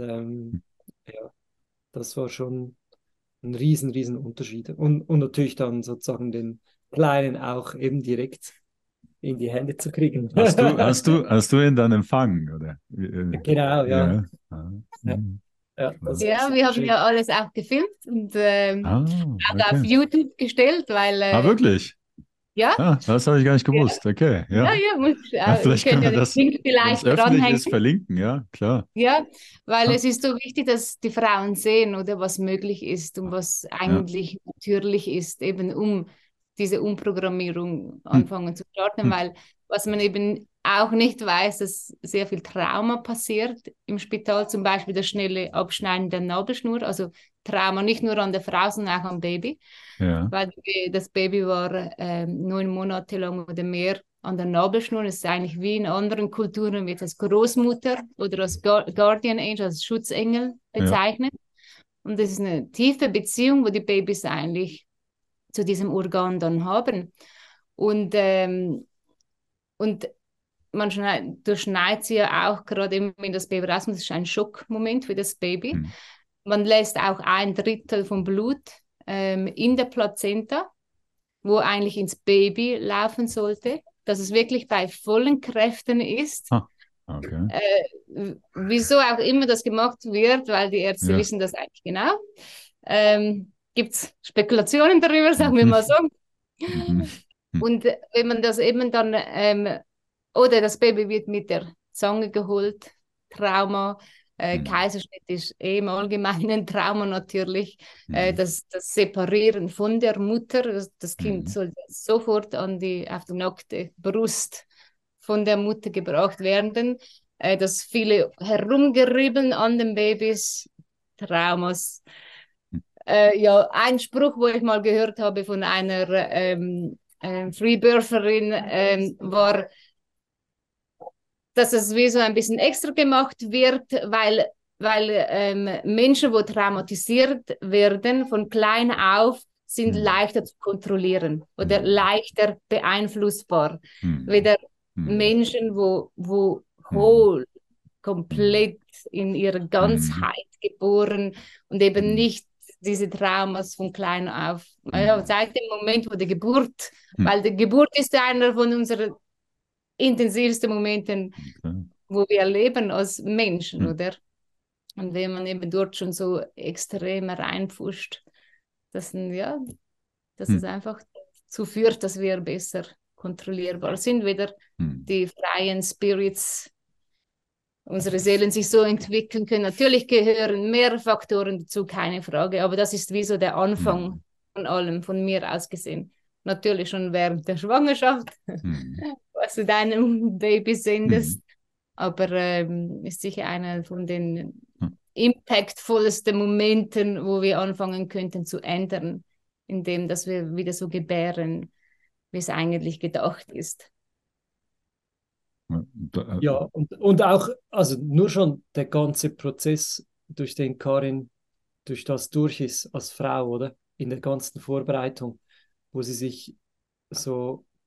ja, das war schon ein riesen Unterschied. Und natürlich dann sozusagen den Kleinen auch eben direkt in die Hände zu kriegen. Hast du ihn dann empfangen, oder? Genau, ja. Ja. Ah, Ja, mhm. ja, das war Ja, sehr wir haben schön. ja alles auch gefilmt und Ah, auch auf okay. YouTube gestellt, weil Ah, wirklich? ja, Ah, das habe ich gar nicht ja, gewusst. Okay, ja, ja. ja, Ja, wir vielleicht können können ja wir den das, Link wenn es vielleicht öffentlich dranhängen. ist, verlinken, ja, klar. Ja, weil Ah, es ist so wichtig, dass die Frauen sehen, oder was möglich ist und was ja. eigentlich natürlich ist, eben um diese Umprogrammierung Hm, anfangen zu starten, hm, weil was man eben auch nicht weiß, dass sehr viel Trauma passiert im Spital, zum Beispiel das schnelle Abschneiden der Nabelschnur, also Trauma nicht nur an der Frau, sondern auch am Baby, ja. weil das Baby war 9 Monate lang oder mehr an der Nabelschnur. Das ist eigentlich wie in anderen Kulturen, wird als Großmutter oder als Guardian Angel, als Schutzengel Ja. bezeichnet. Und das ist eine tiefe Beziehung, wo die Babys eigentlich zu diesem Organ dann haben. Und man durchschneidet sie ja auch gerade eben, wenn das Baby rauskommt. Das ist ein Schockmoment für das Baby. Hm, Man lässt auch 1/3 vom Blut in der Plazenta, wo eigentlich ins Baby laufen sollte, dass es wirklich bei vollen Kräften ist. ah, okay. Wieso auch immer das gemacht wird, weil die Ärzte Ja. wissen das eigentlich genau. Gibt es Spekulationen darüber, sagen wir Mhm. mal so. Mhm. Hm, Und wenn man das eben dann, oder das Baby wird mit der Zange geholt, Trauma, hm, Kaiserschnitt ist im Allgemeinen ein Trauma natürlich, hm, das Separieren von der Mutter, das Kind hm, soll sofort auf die nackte Brust von der Mutter gebracht werden, das viele herumgerieben an den Babys, Traumas. Ja, ein Spruch, wo ich mal gehört habe von einer Freebirtherin, war, dass es wie so ein bisschen extra gemacht wird, weil Menschen, die traumatisiert werden, von klein auf, sind hm, leichter zu kontrollieren oder hm, leichter beeinflussbar. hm, Weder hm, Menschen, wo hm, whole, komplett in ihrer hm, Ganzheit geboren und eben hm, nicht diese Traumas von klein auf. Ja, hm, seit dem Moment, wo die Geburt, hm, weil die Geburt ist einer von unseren intensivsten Momenten, okay. wo wir erleben als Menschen, Hm, oder? Und wenn man eben dort schon so extrem reinpfuscht, ja, dass hm, es einfach dazu führt, dass wir besser kontrollierbar sind, wieder hm, die freien Spirits, unsere Seelen sich so entwickeln können. Natürlich gehören mehr Faktoren dazu, keine Frage, aber das ist wie so der hm, Anfang von allem, von mir aus gesehen. Natürlich schon während der Schwangerschaft, hm, was du deinem Baby hm, sendest, aber ist sicher einer von den hm. impactvollsten Momenten, wo wir anfangen könnten zu ändern, indem dass wir wieder so gebären, wie es eigentlich gedacht ist. Ja, da, Ja, und auch, also nur schon der ganze Prozess, durch den Karin durch das durch ist als Frau, oder? In der ganzen Vorbereitung, wo sie sich so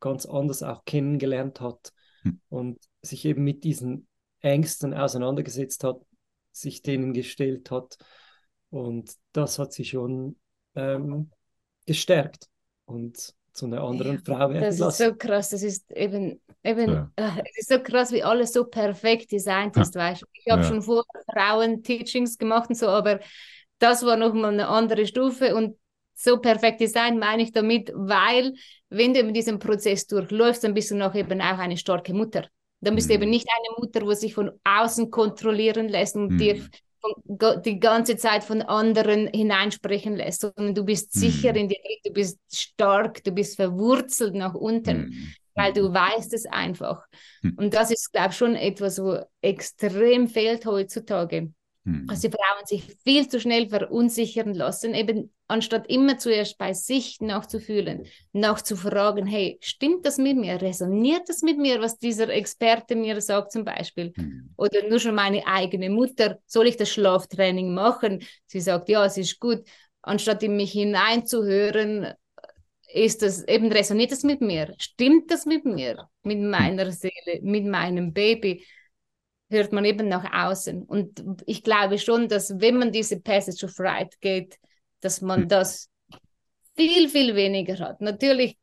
ganz anders auch kennengelernt hat Hm. und sich eben mit diesen Ängsten auseinandergesetzt hat, sich denen gestellt hat. Und das hat sie schon gestärkt und zu einer anderen Frau werden Das ist lassen. so krass, das ist eben, Ja. es ist so krass, wie alles so perfekt designt ist, weißt du. Ich habe Ja. schon vorher Frauen-Teachings gemacht und so, aber das war nochmal eine andere Stufe und so perfekt designt meine ich damit, weil wenn du in diesem Prozess durchläufst, dann bist du noch eben auch eine starke Mutter. Dann bist du eben nicht eine Mutter, die sich von außen kontrollieren lässt und dir die ganze Zeit von anderen hineinsprechen lässt, sondern du bist sicher in dir, du bist stark, du bist verwurzelt nach unten, weil du weißt es einfach. Und das ist, glaube ich, schon etwas, wo extrem fehlt heutzutage. Dass die Frauen sich viel zu schnell verunsichern lassen, eben anstatt immer zuerst bei sich nachzufühlen, nachzufragen, hey, stimmt das mit mir? Resoniert das mit mir, was dieser Experte mir sagt zum Beispiel? Oder nur schon meine eigene Mutter, soll ich das Schlaftraining machen? Sie sagt, ja, es ist gut. Anstatt in mich hineinzuhören, ist das eben, resoniert das mit mir? Stimmt das mit mir? Mit meiner Seele, mit meinem Baby? Hört man eben nach außen. Und ich glaube schon, dass wenn man diese Passage of Right geht, dass man das viel, viel weniger hat. Natürlich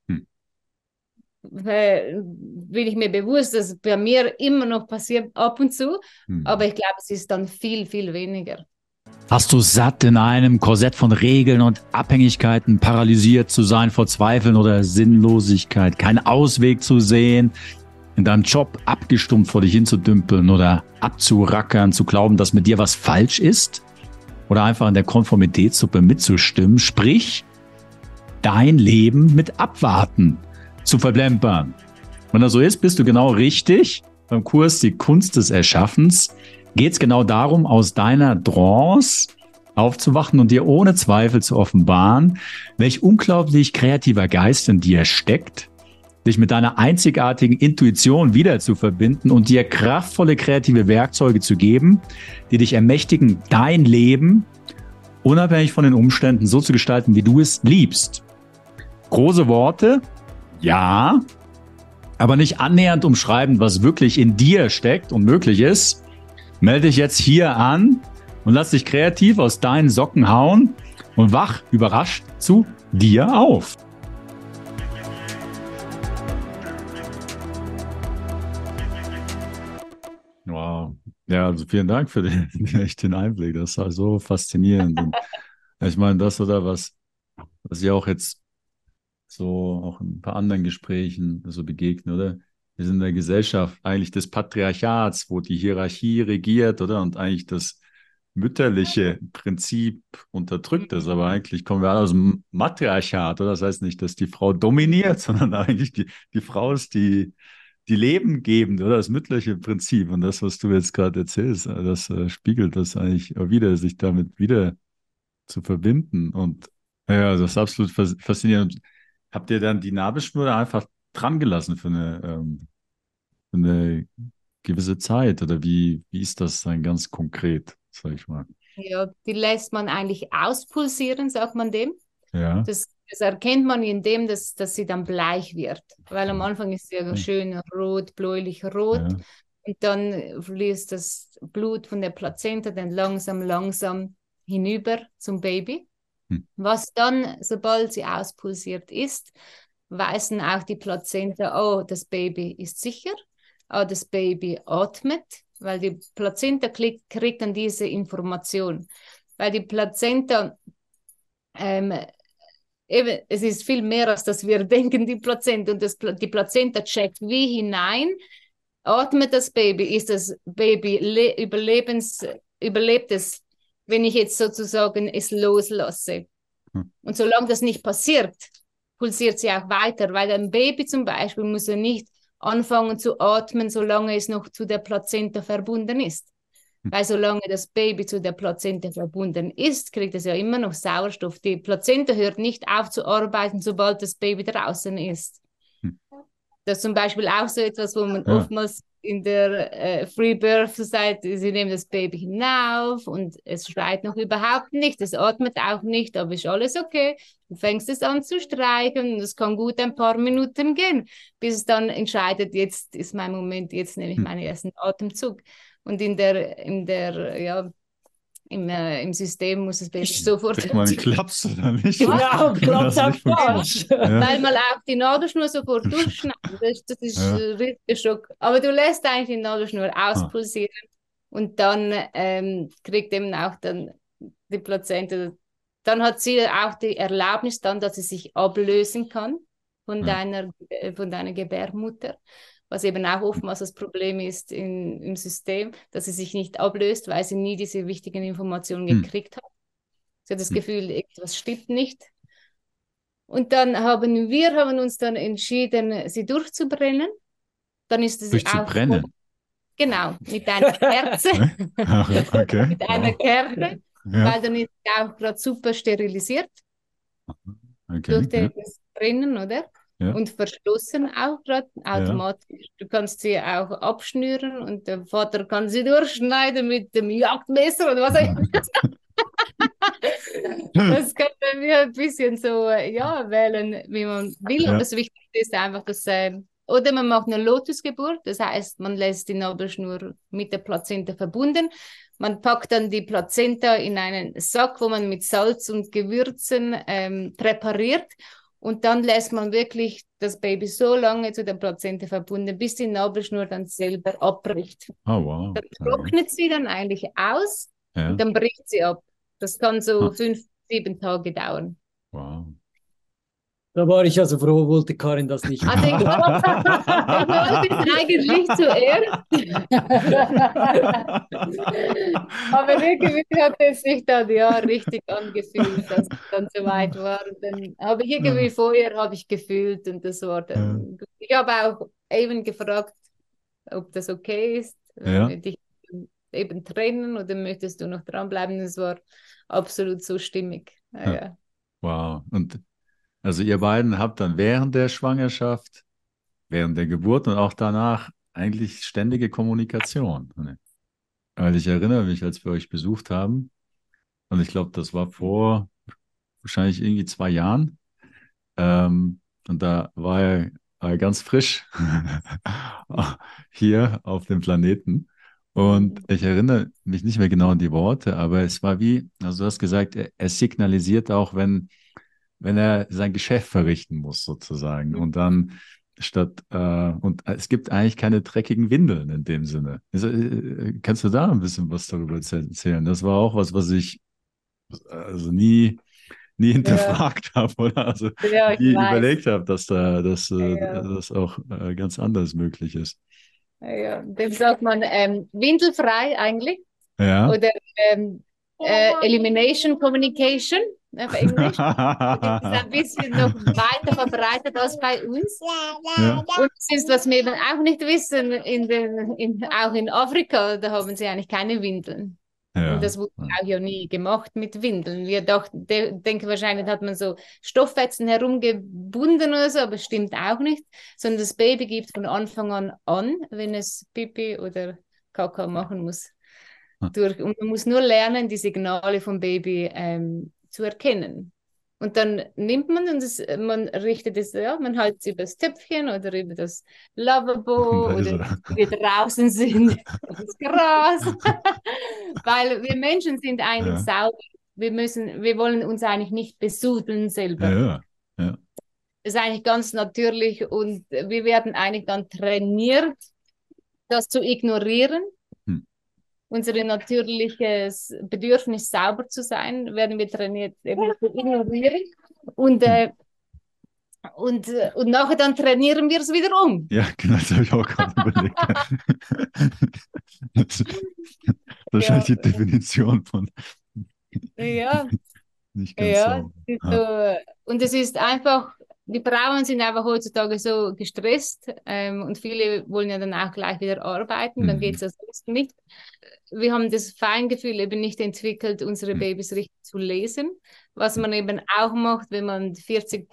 bin ich mir bewusst, dass bei mir immer noch passiert ab und zu, aber ich glaube, es ist dann viel, viel weniger. Hast du satt, in einem Korsett von Regeln und Abhängigkeiten paralysiert zu sein vor Zweifeln oder Sinnlosigkeit, keinen Ausweg zu sehen, in deinem Job abgestumpft vor dich hinzudümpeln oder abzurackern, zu glauben, dass mit dir was falsch ist oder einfach in der Konformitätssuppe mitzustimmen, sprich, dein Leben mit Abwarten zu verplempern. Wenn das so ist, bist du genau richtig. Beim Kurs Die Kunst des Erschaffens geht es genau darum, aus deiner Trance aufzuwachen und dir ohne Zweifel zu offenbaren, welch unglaublich kreativer Geist in dir steckt, dich mit deiner einzigartigen Intuition wieder zu verbinden und dir kraftvolle kreative Werkzeuge zu geben, die dich ermächtigen, dein Leben unabhängig von den Umständen so zu gestalten, wie du es liebst. Große Worte, ja, aber nicht annähernd umschreiben, was wirklich in dir steckt und möglich ist. Melde dich jetzt hier an und lass dich kreativ aus deinen Socken hauen und wach überrascht zu dir auf. Wow. Ja, also vielen Dank für den Einblick. Das war so faszinierend. Und ich meine, das oder was ich auch jetzt so auch in ein paar anderen Gesprächen so begegne, oder? Wir sind in der Gesellschaft eigentlich des Patriarchats, wo die Hierarchie regiert, oder? Und eigentlich das mütterliche Prinzip unterdrückt ist. Aber eigentlich kommen wir alle aus dem Matriarchat, oder? Das heißt nicht, dass die Frau dominiert, sondern eigentlich die Frau ist die Leben gebend, oder? Das mütterliche Prinzip. Und das, was du jetzt gerade erzählst, das spiegelt das eigentlich auch wieder, sich damit wieder zu verbinden. Und ja, das ist absolut faszinierend. Habt ihr dann die Nabelschnur einfach dran gelassen für eine gewisse Zeit? Oder wie ist das dann ganz konkret, sag ich mal? Ja, die lässt man eigentlich auspulsieren, sagt man dem. Ja. Das erkennt man indem, dass sie dann bleich wird. Weil am Anfang ist sie ja schön rot, bläulich-rot. Ja. Und dann fließt das Blut von der Plazenta dann langsam hinüber zum Baby. Was dann, sobald sie auspulsiert ist, weiß dann auch die Plazenta, oh, das Baby ist sicher, oh, das Baby atmet, weil die Plazenta kriegt dann diese Information. Weil die Plazenta, eben, es ist viel mehr, als dass wir denken, die Plazenta. Und die Plazenta checkt wie hinein, atmet das Baby, ist das Baby überlebt es, wenn ich jetzt sozusagen es loslasse. Und solange das nicht passiert, pulsiert sie auch weiter, weil ein Baby zum Beispiel muss ja nicht anfangen zu atmen, solange es noch zu der Plazenta verbunden ist. Weil solange das Baby zu der Plazenta verbunden ist, kriegt es ja immer noch Sauerstoff. Die Plazenta hört nicht auf zu arbeiten, sobald das Baby draußen ist. Das ist zum Beispiel auch so etwas, wo man Ja. oftmals in der Free Birth Society, sie nehmen das Baby hinauf und es schreit noch überhaupt nicht, es atmet auch nicht, aber ist alles okay. Du fängst es an zu streicheln und es kann gut ein paar Minuten gehen, bis es dann entscheidet, jetzt ist mein Moment, jetzt nehme ich meinen ersten Atemzug. Und im System muss das Baby sofort Kriegt man einen Klaps oder nicht? Genau, Wenn klappt das am nicht funktioniert. Arsch. weil man auch die Nabelschnur sofort durchschneidet. Das ist Ja. ein richtiger Schock. Aber du lässt eigentlich die Nabelschnur auspulsieren und dann kriegt eben auch dann die Plazenta, dann hat sie auch die Erlaubnis dann, dass sie sich ablösen kann von deiner Gebärmutter, was eben auch oftmals das Problem ist im System, dass sie sich nicht ablöst, weil sie nie diese wichtigen Informationen gekriegt hat. Sie hat das Gefühl, etwas stimmt nicht. Und dann haben wir uns dann entschieden, sie durchzubrennen. Dann ist es Durchzubrennen? Genau, mit einer Kerze. Okay. Mit einer Kerze, Ja. weil dann ist sie auch gerade super sterilisiert Okay. durch das Brennen, oder? Ja. Und verschlossen auch gerade automatisch. Du kannst sie auch abschnüren und der Vater kann sie durchschneiden mit dem Jagdmesser oder was auch immer. Das kann man mir ein bisschen so wählen, wie man will. Ja. Aber das Wichtigste ist einfach, dass oder man macht eine Lotusgeburt, das heißt, man lässt die Nabelschnur mit der Plazenta verbunden. Man packt dann die Plazenta in einen Sack, wo man mit Salz und Gewürzen präpariert. Und dann lässt man wirklich das Baby so lange zu der Plazenta verbunden, bis die Nabelschnur dann selber abbricht. Oh, wow. Dann trocknet sie dann eigentlich aus Ja. und dann bricht sie ab. Das kann so 5-7 Tage dauern. Wow. Da war ich also froh, wollte Karin das nicht. Also ich wollte es eigentlich zuerst. Aber irgendwie hat es sich dann richtig angefühlt, dass es dann so weit war. Und dann habe ich irgendwie vorher gefühlt und das war dann gut. Ich habe auch eben gefragt, ob das okay ist, wenn wir dich eben trennen oder möchtest du noch dranbleiben. Es war absolut so stimmig. Ja. Wow. Und also ihr beiden habt dann während der Schwangerschaft, während der Geburt und auch danach eigentlich ständige Kommunikation. Weil ich erinnere mich, als wir euch besucht haben, und ich glaube, das war vor wahrscheinlich irgendwie 2 Jahren, und da war er ganz frisch hier auf dem Planeten. Und ich erinnere mich nicht mehr genau an die Worte, aber es war also du hast gesagt, er signalisiert auch, wenn er sein Geschäft verrichten muss, sozusagen. Und dann und es gibt eigentlich keine dreckigen Windeln in dem Sinne. Kannst du da ein bisschen was darüber erzählen? Das war auch was ich also nie hinterfragt habe, oder? Also nie überlegt habe, dass das auch ganz anders möglich ist. Ja, dem sagt man windelfrei eigentlich. Ja. Oder Elimination Communication auf Englisch. Das ist ein bisschen noch weiter verbreitet als bei uns. Ja. Und das ist, was wir eben auch nicht wissen, auch in Afrika, da haben sie eigentlich keine Windeln. Ja. Und das wurde auch ja nie gemacht mit Windeln. Wir denken wahrscheinlich, hat man so Stofffetzen herumgebunden oder so, aber stimmt auch nicht. Sondern das Baby gibt von Anfang an, wenn es Pipi oder Kaka machen muss. Und man muss nur lernen, die Signale vom Baby zu erkennen. Und dann nimmt man und man richtet es, man hält es über das Töpfchen oder über das Lavabo oder wenn wir draußen sind, das Gras. Weil wir Menschen sind eigentlich sauber. Wir wollen uns eigentlich nicht besudeln selber. Ja. Das ist eigentlich ganz natürlich und wir werden eigentlich dann trainiert, das zu ignorieren. Unser natürliches Bedürfnis, sauber zu sein, werden wir trainiert, eben zu ignorieren. Und nachher dann trainieren wir es wieder um. Ja, genau, das habe ich auch gerade überlegt. Das ist wahrscheinlich die Definition von nicht ganz sauber. Und es ist einfach die Frauen sind einfach heutzutage so gestresst und viele wollen ja dann auch gleich wieder arbeiten, dann geht es ja sonst nicht. Wir haben das Feingefühl eben nicht entwickelt, unsere Babys richtig zu lesen. Was man eben auch macht, wenn man die 40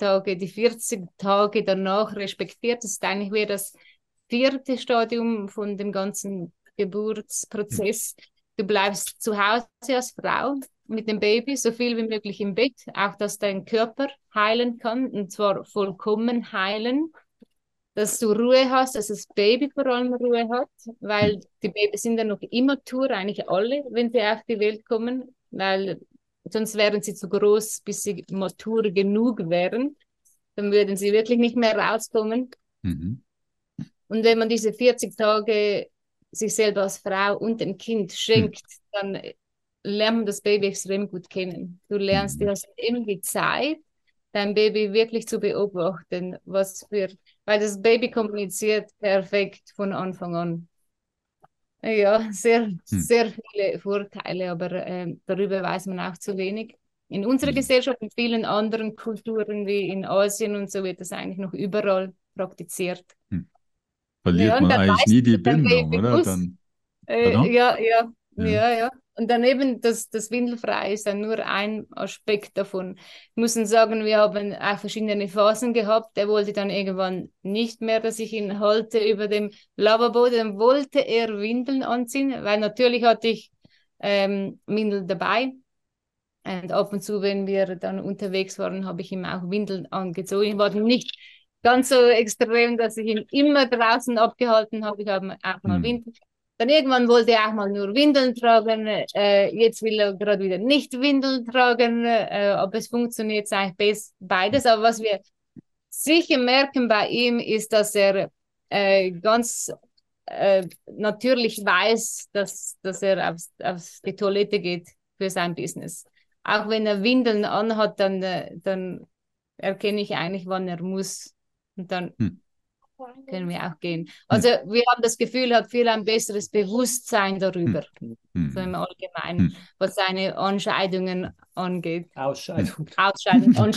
Tage danach respektiert, das ist eigentlich wie das 4. Stadium von dem ganzen Geburtsprozess. Du bleibst zu Hause als Frau mit dem Baby, so viel wie möglich im Bett, auch dass dein Körper heilen kann, und zwar vollkommen heilen, dass du Ruhe hast, dass das Baby vor allem Ruhe hat, weil die Babys sind ja noch immatur, eigentlich alle, wenn sie auf die Welt kommen, weil sonst wären sie zu groß, bis sie matur genug wären. Dann würden sie wirklich nicht mehr rauskommen. Mhm. Und wenn man diese 40 Tage sich selber als Frau und dem Kind schenkt, dann lernt man das Baby extrem gut kennen. Du lernst dir eben die Zeit, dein Baby wirklich zu beobachten, weil das Baby kommuniziert perfekt von Anfang an. Ja, sehr, sehr viele Vorteile, aber darüber weiß man auch zu wenig. In unserer Gesellschaft, in vielen anderen Kulturen wie in Asien und so wird das eigentlich noch überall praktiziert. Verliert Ja, und man dann eigentlich weiß nie die dein Bindung, Baby oder? muss. Dann, pardon? Ja. Und daneben, das Windelfrei ist dann nur ein Aspekt davon. Wir müssen sagen, wir haben auch verschiedene Phasen gehabt. Er wollte dann irgendwann nicht mehr, dass ich ihn halte über dem Lavabo. Dann wollte er Windeln anziehen, weil natürlich hatte ich Windeln dabei. Und ab und zu, wenn wir dann unterwegs waren, habe ich ihm auch Windeln angezogen. Ich war nicht ganz so extrem, dass ich ihn immer draußen abgehalten habe. Ich habe auch mal Windeln. Dann irgendwann wollte er auch mal nur Windeln tragen. Jetzt will er gerade wieder nicht Windeln tragen. Aber es funktioniert eigentlich beides. Aber was wir sicher merken bei ihm, ist, dass er ganz natürlich weiß, dass er auf die Toilette geht für sein Business. Auch wenn er Windeln anhat, dann erkenne ich eigentlich, wann er muss. Und dann können wir auch gehen. Also wir haben das Gefühl, er hat viel ein besseres Bewusstsein darüber, so im Allgemeinen, was seine Anscheidungen angeht. Ausscheidung. Ausscheidungen.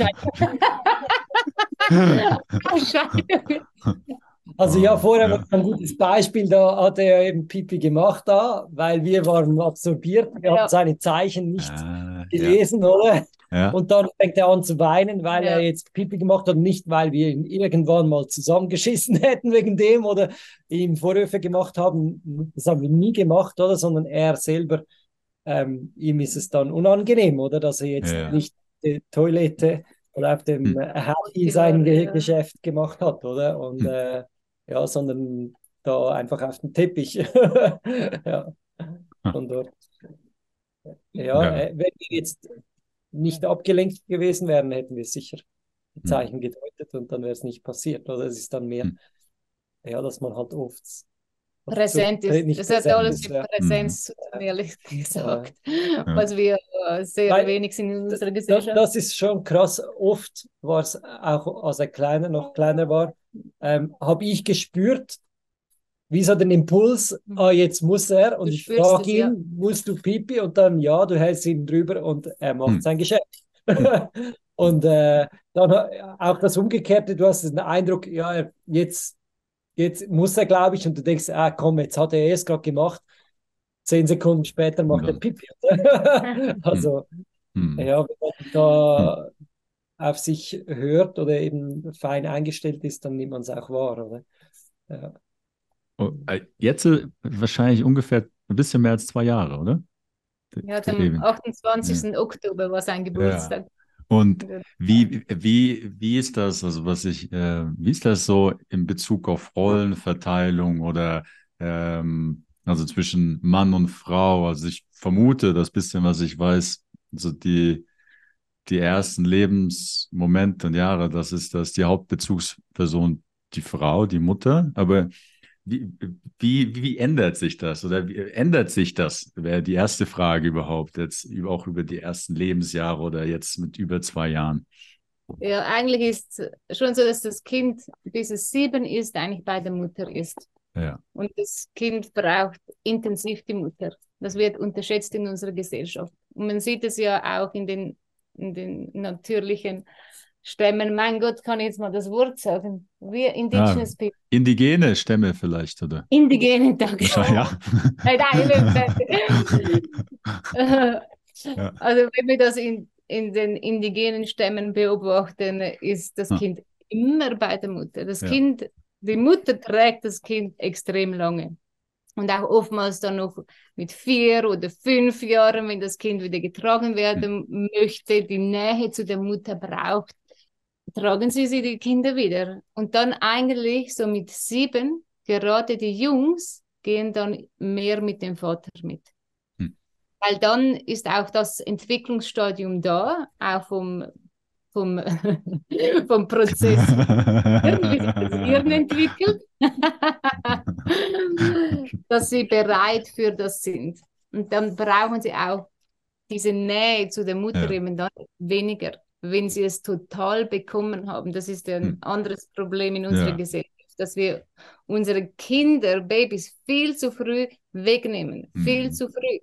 Also ja, vorher war ein gutes Beispiel, da hat er eben Pipi gemacht da, weil wir waren absorbiert, wir haben seine Zeichen nicht gelesen, oder? Ja. Und dann fängt er an zu weinen, weil er jetzt Pipi gemacht hat, nicht weil wir ihn irgendwann mal zusammengeschissen hätten wegen dem oder ihm Vorwürfe gemacht haben, das haben wir nie gemacht, oder? Sondern er selber, ihm ist es dann unangenehm, oder? Dass er jetzt nicht die Toilette oder auf dem Handy sein Geschäft gemacht hat, oder? Und ja, sondern da einfach auf dem Teppich. Ja, von dort. Ja, wenn wir jetzt nicht abgelenkt gewesen wären, hätten wir sicher die Zeichen gedeutet und dann wäre es nicht passiert. Oder es ist dann mehr, ja, dass man halt oft präsent ist. Es hat alles mit Präsenz zu tun, ehrlich gesagt, was wir sehr wenig sind in unserer Gesellschaft. Das ist schon krass. Oft war es auch, als er noch kleiner war, habe ich gespürt, wie so den Impuls, jetzt muss er, und ich frage ihn, musst du Pipi? Und dann, ja, du hältst ihn drüber und er macht sein Geschäft. Und dann auch das Umgekehrte, du hast den Eindruck, ja, jetzt muss er, glaube ich, und du denkst, komm, jetzt hat er es gerade gemacht, 10 Sekunden später macht er Pipi. Also, ja, wenn man da auf sich hört oder eben fein eingestellt ist, dann nimmt man es auch wahr, oder? Ja. Jetzt wahrscheinlich ungefähr ein bisschen mehr als 2 Jahre, oder? Ja, am 28. Oktober war sein Geburtstag. Ja. Und wie ist das, also wie ist das so in Bezug auf Rollenverteilung oder also zwischen Mann und Frau? Also ich vermute, das bisschen, was ich weiß, also die ersten Lebensmomente und Jahre, das ist die Hauptbezugsperson, die Frau, die Mutter, aber wie ändert sich das? Oder wie ändert sich das? Wäre die erste Frage überhaupt, jetzt auch über die ersten Lebensjahre oder jetzt mit über 2 Jahren. Ja, eigentlich ist es schon so, dass das Kind, bis es 7 ist, eigentlich bei der Mutter ist. Ja. Und das Kind braucht intensiv die Mutter. Das wird unterschätzt in unserer Gesellschaft. Und man sieht es ja auch in den natürlichen Stämmen, mein Gott, kann ich jetzt mal das Wort sagen? Wir Ja, Indigenous People. indigene Stämme vielleicht, oder? Indigene, danke. Wahrscheinlich, ja. Nein, Ja. also wenn wir das in den indigenen Stämmen beobachten, ist das Ah, Kind immer bei der Mutter. Das ja. Kind, die Mutter trägt das Kind extrem lange. Und auch oftmals dann noch mit 4 oder 5 Jahren, wenn das Kind wieder getragen werden möchte, die Nähe zu der Mutter braucht, tragen sie die Kinder wieder. Und dann eigentlich so mit 7, gerade die Jungs, gehen dann mehr mit dem Vater mit. Hm. Weil dann ist auch das Entwicklungsstadium da, auch vom, vom Prozess, wie sich das Hirn entwickelt, dass sie bereit für das sind. Und dann brauchen sie auch diese Nähe zu der Mutter Ja. eben dann weniger, wenn sie es total bekommen haben. Das ist ein anderes Problem in unserer Ja. Gesellschaft, dass wir unsere Kinder, Babys viel zu früh wegnehmen, viel zu früh.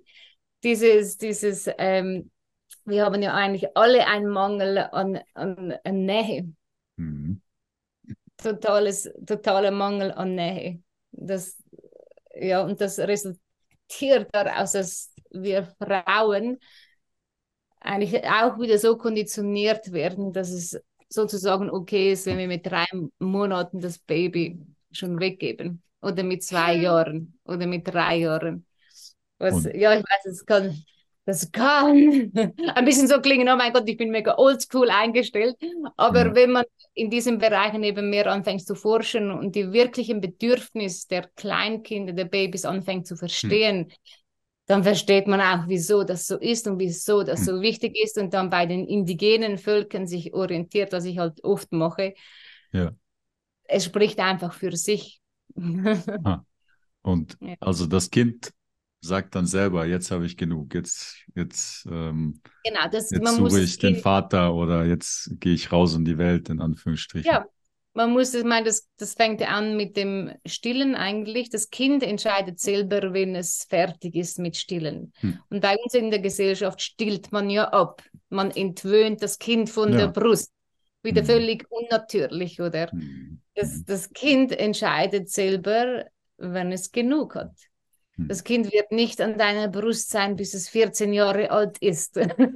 Wir haben ja eigentlich alle einen Mangel an Nähe, Mhm. totaler Mangel an Nähe. Und das resultiert daraus, dass wir Frauen eigentlich auch wieder so konditioniert werden, dass es sozusagen okay ist, wenn wir mit 3 Monaten das Baby schon weggeben oder mit 2 Jahren oder mit 3 Jahren. Und Ja, ich weiß, das kann ein bisschen so klingen, oh mein Gott, ich bin mega oldschool eingestellt, aber ja. wenn man in diesen Bereichen eben mehr anfängt zu forschen und die wirklichen Bedürfnisse der Kleinkinder, der Babys anfängt zu verstehen, dann versteht man auch, wieso das so ist und wieso das so wichtig ist und dann bei den indigenen Völkern sich orientiert, was ich halt oft mache. Ja. Es spricht einfach für sich. Ah. Und Ja. also das Kind sagt dann selber, jetzt habe ich genug, jetzt Genau, man muss suche das ich den Kind, Vater oder jetzt gehe ich raus in die Welt, in Anführungsstrichen. ja, man muss, ich meine, das fängt ja an mit dem Stillen eigentlich. Das Kind entscheidet selber, wenn es fertig ist mit Stillen. Und bei uns in der Gesellschaft stillt man ja ab. Man entwöhnt das Kind von der Ja. Brust. Wieder völlig unnatürlich, oder? Das Kind entscheidet selber, wenn es genug hat. Das Kind wird nicht an deiner Brust sein, bis es 14 Jahre alt ist.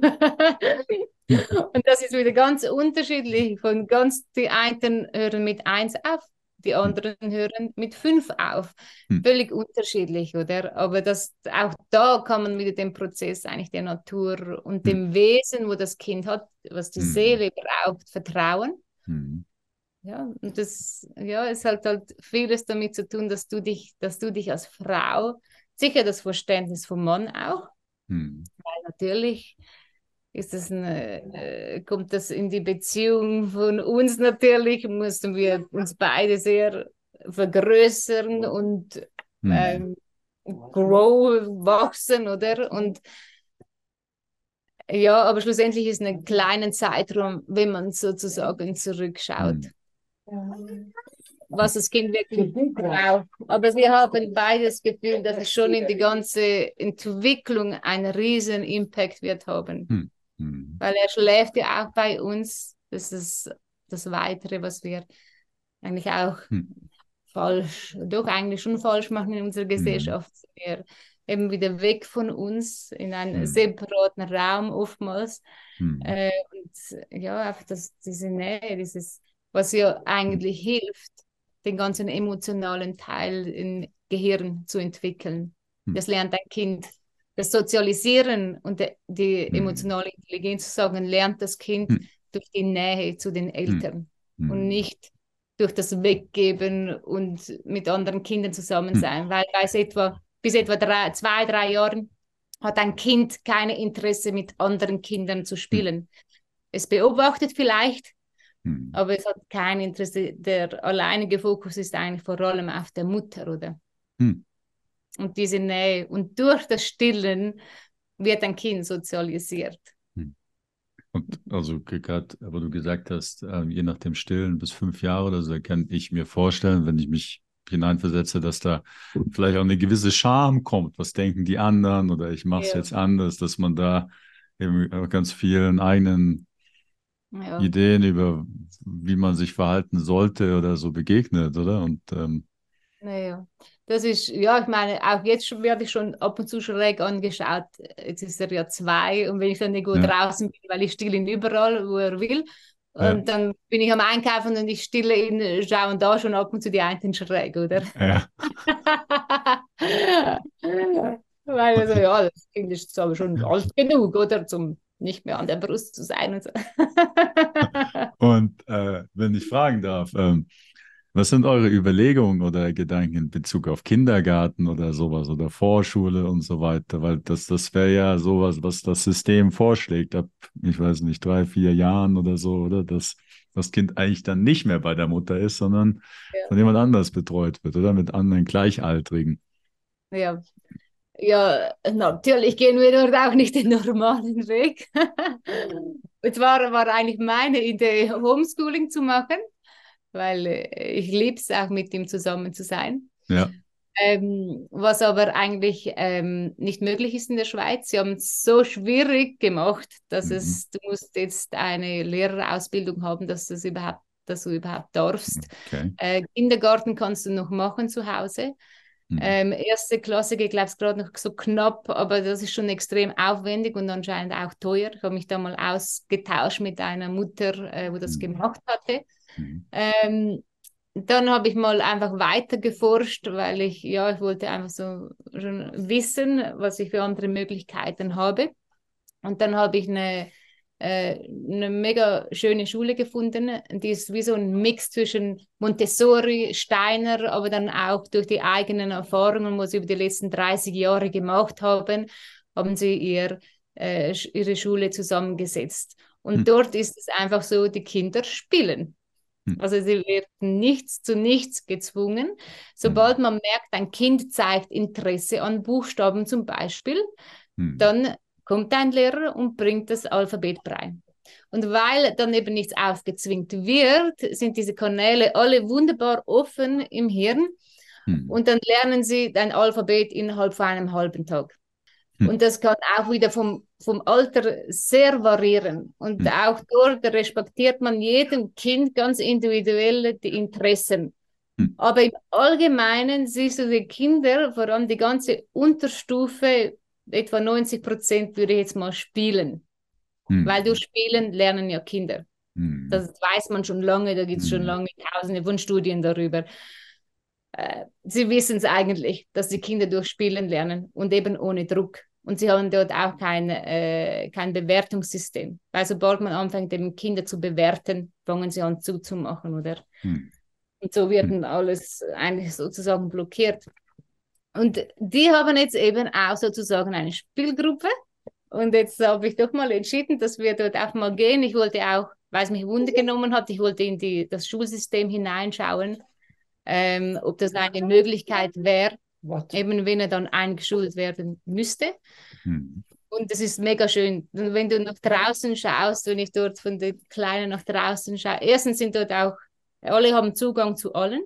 Und das ist wieder ganz unterschiedlich. Die einen hören mit 1 auf, die anderen hören mit 5 auf. Völlig unterschiedlich, oder? Aber auch da kann man wieder den Prozess eigentlich der Natur und dem Wesen, wo das Kind hat, was die Seele braucht, vertrauen. Ja, und es hat halt vieles damit zu tun, dass du dich als Frau, sicher das Verständnis vom Mann auch, weil natürlich kommt das in die Beziehung von uns natürlich, mussten wir uns beide sehr vergrößern und wachsen, oder? Und ja, aber schlussendlich ist ein kleiner Zeitraum, wenn man sozusagen zurückschaut, was das Kind wirklich braucht. Aber wir haben beide das Gefühl, dass es schon in die ganze Entwicklung einen riesen Impact wird haben. Weil er schläft ja auch bei uns. Das ist das Weitere, was wir eigentlich auch eigentlich schon falsch machen in unserer Gesellschaft. Wir eben wieder weg von uns in einen separaten Raum oftmals. Und ja, einfach diese Nähe, was ja eigentlich hilft, den ganzen emotionalen Teil im Gehirn zu entwickeln. Das lernt ein Kind. Das Sozialisieren und die emotionale Intelligenz zu sagen, lernt das Kind durch die Nähe zu den Eltern und nicht durch das Weggeben und mit anderen Kindern zusammen sein. Weil bis etwa 2, 3 Jahren hat ein Kind kein Interesse, mit anderen Kindern zu spielen. Es beobachtet vielleicht, aber es hat kein Interesse. Der alleinige Fokus ist eigentlich vor allem auf der Mutter, oder? Und diese Nähe. Und durch das Stillen wird ein Kind sozialisiert. Und also gerade, aber du gesagt hast, je nach dem Stillen bis 5 Jahre oder so, kann ich mir vorstellen, wenn ich mich hineinversetze, dass da vielleicht auch eine gewisse Scham kommt. Was denken die anderen? Oder ich mache es jetzt anders, dass man da eben ganz vielen eigenen Ja. Ideen über, wie man sich verhalten sollte oder so begegnet, oder? Und Naja, das ist, ja, ich meine, auch jetzt werde ich schon ab und zu schräg angeschaut. Jetzt ist er ja 2 und wenn ich dann nicht gut ja, draußen bin, weil ich stille ihn überall, wo er will. ja, Und dann bin ich am Einkaufen und ich stille ihn, schauen da schon ab und zu die einen schräg, oder? ja. Weil also, ja, das Kind ist jetzt aber schon alt genug, oder? Zum nicht mehr an der Brust zu sein und so. Und wenn ich fragen darf, was sind eure Überlegungen oder Gedanken in Bezug auf Kindergarten oder sowas oder Vorschule und so weiter? Weil das wäre ja sowas, was das System vorschlägt, ab, ich weiß nicht, 3, 4 Jahren oder so, oder? Dass das Kind eigentlich dann nicht mehr bei der Mutter ist, sondern von jemand anders betreut wird, oder? Mit anderen Gleichaltrigen. Ja. Ja, natürlich gehen wir dort auch nicht den normalen Weg. Und zwar war eigentlich meine Idee, Homeschooling zu machen, weil ich liebe es auch mit ihm zusammen zu sein. Ja. Was aber eigentlich nicht möglich ist in der Schweiz. Sie haben es so schwierig gemacht, dass Mhm. du musst jetzt eine Lehrerausbildung haben, dass du überhaupt darfst. Okay. Kindergarten kannst du noch machen zu Hause. Mhm. Erste Klasse geht, glaube ich, gerade noch so knapp, aber das ist schon extrem aufwendig und anscheinend auch teuer. Ich habe mich da mal ausgetauscht mit einer Mutter, wo das Mhm. gemacht hatte. Mhm. Dann habe ich mal einfach weiter geforscht, weil ich wollte einfach so schon wissen, was ich für andere Möglichkeiten habe. Und dann habe ich eine mega schöne Schule gefunden. Die ist wie so ein Mix zwischen Montessori, Steiner, aber dann auch durch die eigenen Erfahrungen, was sie über die letzten 30 Jahre gemacht haben, haben sie ihre Schule zusammengesetzt. Und dort ist es einfach so, die Kinder spielen. Mhm. Also sie werden nichts zu nichts gezwungen. Sobald man merkt, ein Kind zeigt Interesse an Buchstaben zum Beispiel, Mhm. dann kommt ein Lehrer und bringt das Alphabet bei. Und weil dann eben nichts aufgezwingt wird, sind diese Kanäle alle wunderbar offen im Hirn Mhm. und dann lernen sie ein Alphabet innerhalb von einem halben Tag. Mhm. Und das kann auch wieder vom Alter sehr variieren. Und Mhm. auch dort respektiert man jedem Kind ganz individuell die Interessen. Mhm. Aber im Allgemeinen siehst du die Kinder, vor allem die ganze Unterstufe, etwa 90% würde ich jetzt mal spielen. Mhm. Weil durch Spielen lernen ja Kinder. Mhm. Das weiß man schon lange, da gibt es schon Mhm. lange Tausende von Studien darüber. Sie wissen es eigentlich, dass die Kinder durch Spielen lernen und eben ohne Druck. Und sie haben dort auch kein Bewertungssystem. Weil sobald man anfängt, eben Kinder zu bewerten, fangen sie an zuzumachen, oder? Mhm. Und so wird dann alles eigentlich sozusagen blockiert. Und die haben jetzt eben auch sozusagen eine Spielgruppe. Und jetzt habe ich doch mal entschieden, dass wir dort auch mal gehen. Ich wollte auch, weil es mich Wunder genommen hat, ich wollte in das Schulsystem hineinschauen, ob das eine Möglichkeit wäre, eben wenn er dann eingeschult werden müsste. Mhm. Und das ist mega schön. Und wenn du nach draußen schaust, wenn ich dort von den Kleinen nach draußen schaue, erstens sind dort auch, alle haben Zugang zu allen.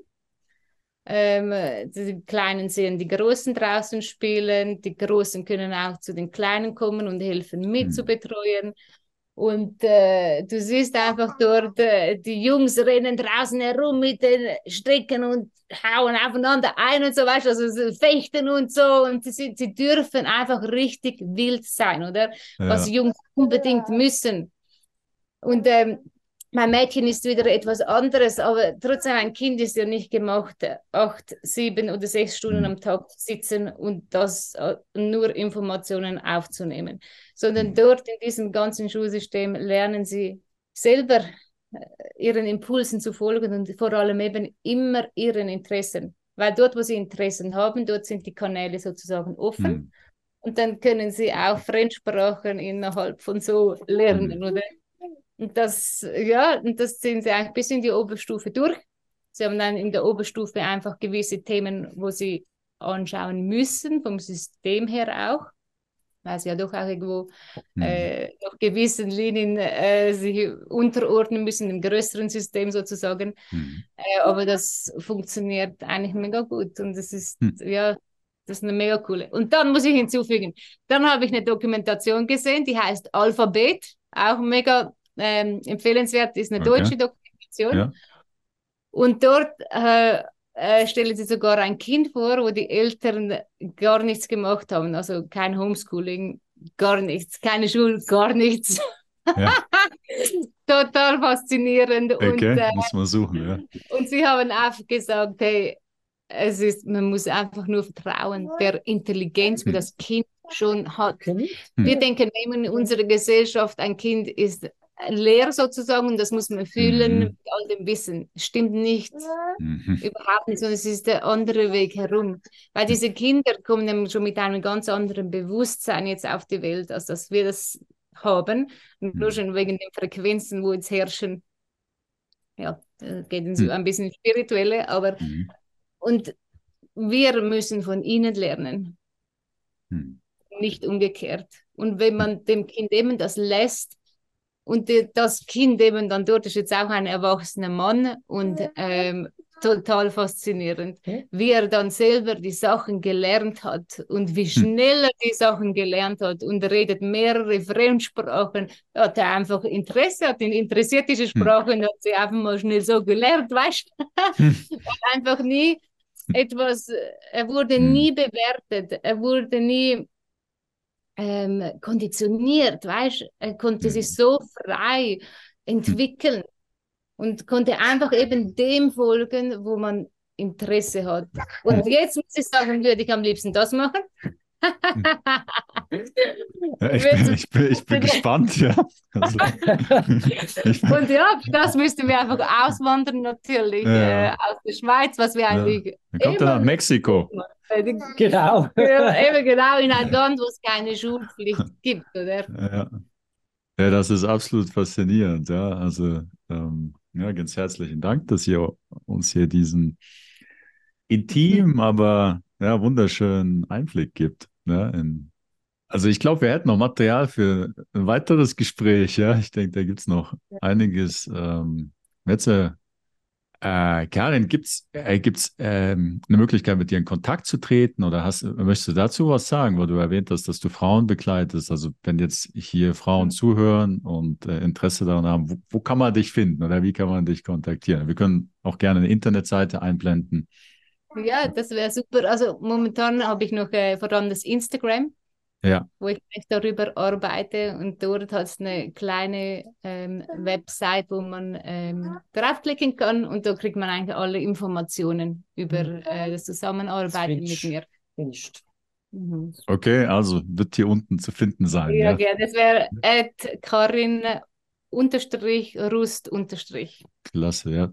Die Kleinen sehen die Großen draußen spielen, die Großen können auch zu den Kleinen kommen und helfen mit zu betreuen. Und du siehst einfach dort, die Jungs rennen draußen herum mit den Stricken und hauen aufeinander ein und so, weißt du, also so fechten und so. Und sie dürfen einfach richtig wild sein, oder? Was Ja. Jungs unbedingt müssen. Und mein Mädchen ist wieder etwas anderes, aber trotzdem, ein Kind ist ja nicht gemacht, 8, 7 oder 6 Stunden am Tag zu sitzen und das nur Informationen aufzunehmen, sondern dort in diesem ganzen Schulsystem lernen sie selber ihren Impulsen zu folgen und vor allem eben immer ihren Interessen. Weil dort, wo sie Interessen haben, dort sind die Kanäle sozusagen offen. Mhm. Und dann können sie auch Fremdsprachen innerhalb von so lernen, oder? Und das ziehen sie eigentlich bis in die Oberstufe durch. Sie haben dann in der Oberstufe einfach gewisse Themen, wo sie anschauen müssen, vom System her auch, weil sie ja doch auch irgendwo nach gewissen Linien sich unterordnen müssen, im größeren System sozusagen. Aber das funktioniert eigentlich mega gut und das ist, das ist eine mega coole. Und dann muss ich hinzufügen, dann habe ich eine Dokumentation gesehen, die heißt Alphabet, auch mega empfehlenswert, ist eine Okay. deutsche Dokumentation. Ja. Und dort stellen sie sogar ein Kind vor, wo die Eltern gar nichts gemacht haben. Also kein Homeschooling, gar nichts, keine Schule, gar nichts. Ja. Total faszinierend. Okay, muss man suchen, ja. Und sie haben einfach gesagt, hey, man muss einfach nur vertrauen, der Intelligenz, die das Kind schon hat. Wir denken immer in unserer Gesellschaft, ein Kind ist leer sozusagen und das muss man füllen mit all dem Wissen. Stimmt nicht, überhaupt nicht, sondern es ist der andere Weg herum. Weil diese Kinder kommen nämlich schon mit einem ganz anderen Bewusstsein jetzt auf die Welt, als dass wir das haben. Nur schon wegen den Frequenzen, wo jetzt herrschen. Ja, geht ins ein bisschen spirituelle, aber und wir müssen von ihnen lernen, nicht umgekehrt. Und wenn man dem Kind eben das lässt und das Kind eben dann dort ist jetzt auch ein erwachsener Mann und total faszinierend, wie er dann selber die Sachen gelernt hat und wie schnell er die Sachen gelernt hat und er redet mehrere Fremdsprachen, hat er einfach Interesse, hat ihn interessiert diese Sprache und hat sie einfach mal schnell so gelernt, weißt du? Einfach nie etwas, er wurde nie bewertet, er wurde nie konditioniert, weißt du? Er konnte sich so frei entwickeln und konnte einfach eben dem folgen, wo man Interesse hat. Und jetzt muss ich sagen, würde ich am liebsten das machen. Ja, ich bin gespannt, ja. Also, und ja, das müssten wir einfach auswandern natürlich aus der Schweiz, was wir eigentlich... Dann kommt er nach Mexiko. Genau. Eben genau in ein Land, wo es keine Schulpflicht gibt, oder? Ja, das ist absolut faszinierend, ja. Also ja, ganz herzlichen Dank, dass ihr uns hier diesen intimen, aber ja, wunderschönen Einblick gibt. Ja, also ich glaube, wir hätten noch Material für ein weiteres Gespräch, ja. Ich denke, da gibt es noch einiges. Jetzt, Karin, gibt's eine Möglichkeit, mit dir in Kontakt zu treten oder möchtest du dazu was sagen, wo du erwähnt hast, dass du Frauen begleitest? Also wenn jetzt hier Frauen zuhören und Interesse daran haben, wo kann man dich finden oder wie kann man dich kontaktieren? Wir können auch gerne eine Internetseite einblenden. Ja, das wäre super. Also momentan habe ich noch vor allem das Instagram, wo ich darüber arbeite und dort hat es eine kleine Website, wo man draufklicken kann und da kriegt man eigentlich alle Informationen über das Zusammenarbeiten mit mir. Okay, also wird hier unten zu finden sein. Ja, das wäre @Karin_Rust_. Klasse, ja,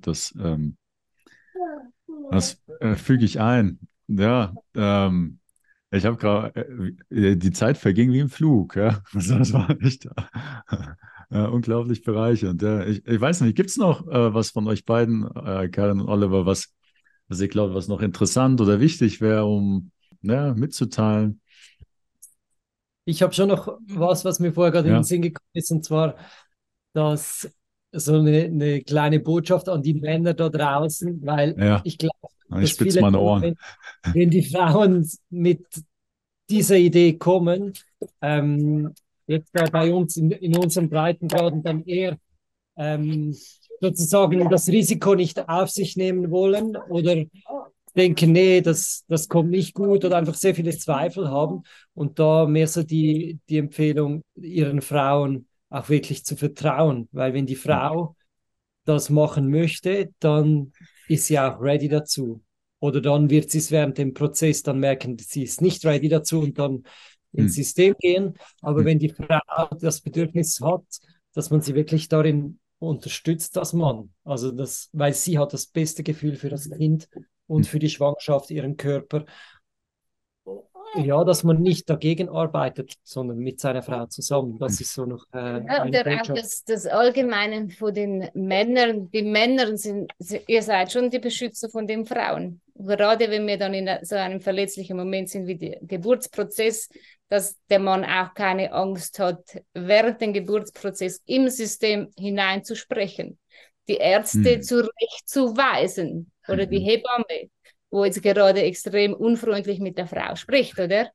das füge ich ein. Ja, ich habe gerade, die Zeit verging wie im Flug, ja. Das war echt unglaublich bereichernd. Ja. Ich weiß nicht, gibt es noch was von euch beiden, Karin und Oliver, was ihr glaubt, was noch interessant oder wichtig wäre, um mitzuteilen? Ich habe schon noch was mir vorher gerade in den Sinn gekommen ist, und zwar, dass so eine kleine Botschaft an die Männer da draußen, weil ich glaube, dass viele, wenn die Frauen mit dieser Idee kommen, jetzt bei uns in unserem Breitengraden dann eher sozusagen das Risiko nicht auf sich nehmen wollen oder denken, nee, das kommt nicht gut oder einfach sehr viele Zweifel haben und da mehr so die Empfehlung, ihren Frauen auch wirklich zu vertrauen, weil wenn die Frau das machen möchte, dann ist sie auch ready dazu. Oder dann wird sie es während dem Prozess dann merken, sie ist nicht ready dazu und dann ins System gehen. Aber wenn die Frau das Bedürfnis hat, dass man sie wirklich darin unterstützt als Mann, also weil sie hat das beste Gefühl für das Kind und für die Schwangerschaft, ihren Körper, ja, dass man nicht dagegen arbeitet, sondern mit seiner Frau zusammen. Das ist so noch und auch das Allgemeine von den Männern. Die Männer ihr seid schon die Beschützer von den Frauen. Gerade wenn wir dann in so einem verletzlichen Moment sind wie der Geburtsprozess, dass der Mann auch keine Angst hat, während dem Geburtsprozess im System hineinzusprechen, die Ärzte zurechtzuweisen oder die Hebamme, wo jetzt gerade extrem unfreundlich mit der Frau spricht, oder?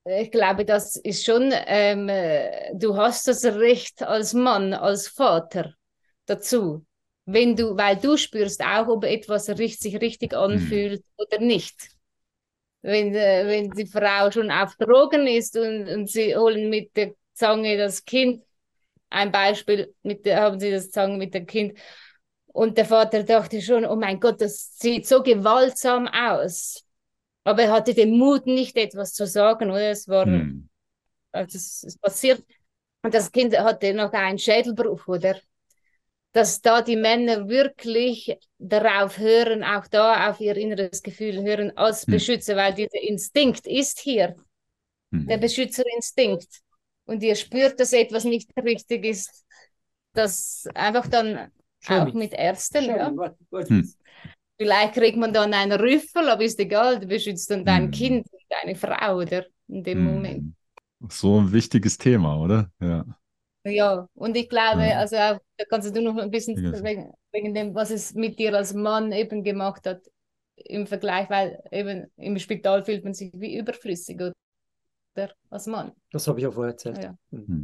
ich glaube, das ist schon, du hast das Recht als Mann, als Vater dazu. Weil du spürst auch, ob etwas sich richtig anfühlt oder nicht. Wenn die Frau schon auf Drogen ist und sie holen mit der Zange das Kind, ein Beispiel, haben sie das Zange mit dem Kind, und der Vater dachte schon, oh mein Gott, das sieht so gewaltsam aus. Aber er hatte den Mut, nicht etwas zu sagen, oder? Es war, als es passiert, und das Kind hatte noch einen Schädelbruch, oder? Dass da die Männer wirklich darauf hören, auch da auf ihr inneres Gefühl hören als Beschützer, weil dieser Instinkt ist hier, der Beschützerinstinkt. Und ihr spürt, dass etwas nicht richtig ist, das einfach dann auch mit Ärzten, ja. Vielleicht kriegt man dann einen Rüffel, aber ist egal, du beschützt dann dein Kind, deine Frau, oder? In dem Moment. So ein wichtiges Thema, oder? Ja. Ja, und ich glaube, also auch, da kannst du noch ein bisschen wegen dem, was es mit dir als Mann eben gemacht hat, im Vergleich, weil eben im Spital fühlt man sich wie überflüssig, oder? Als Mann. Das habe ich ja vorher erzählt. Ja.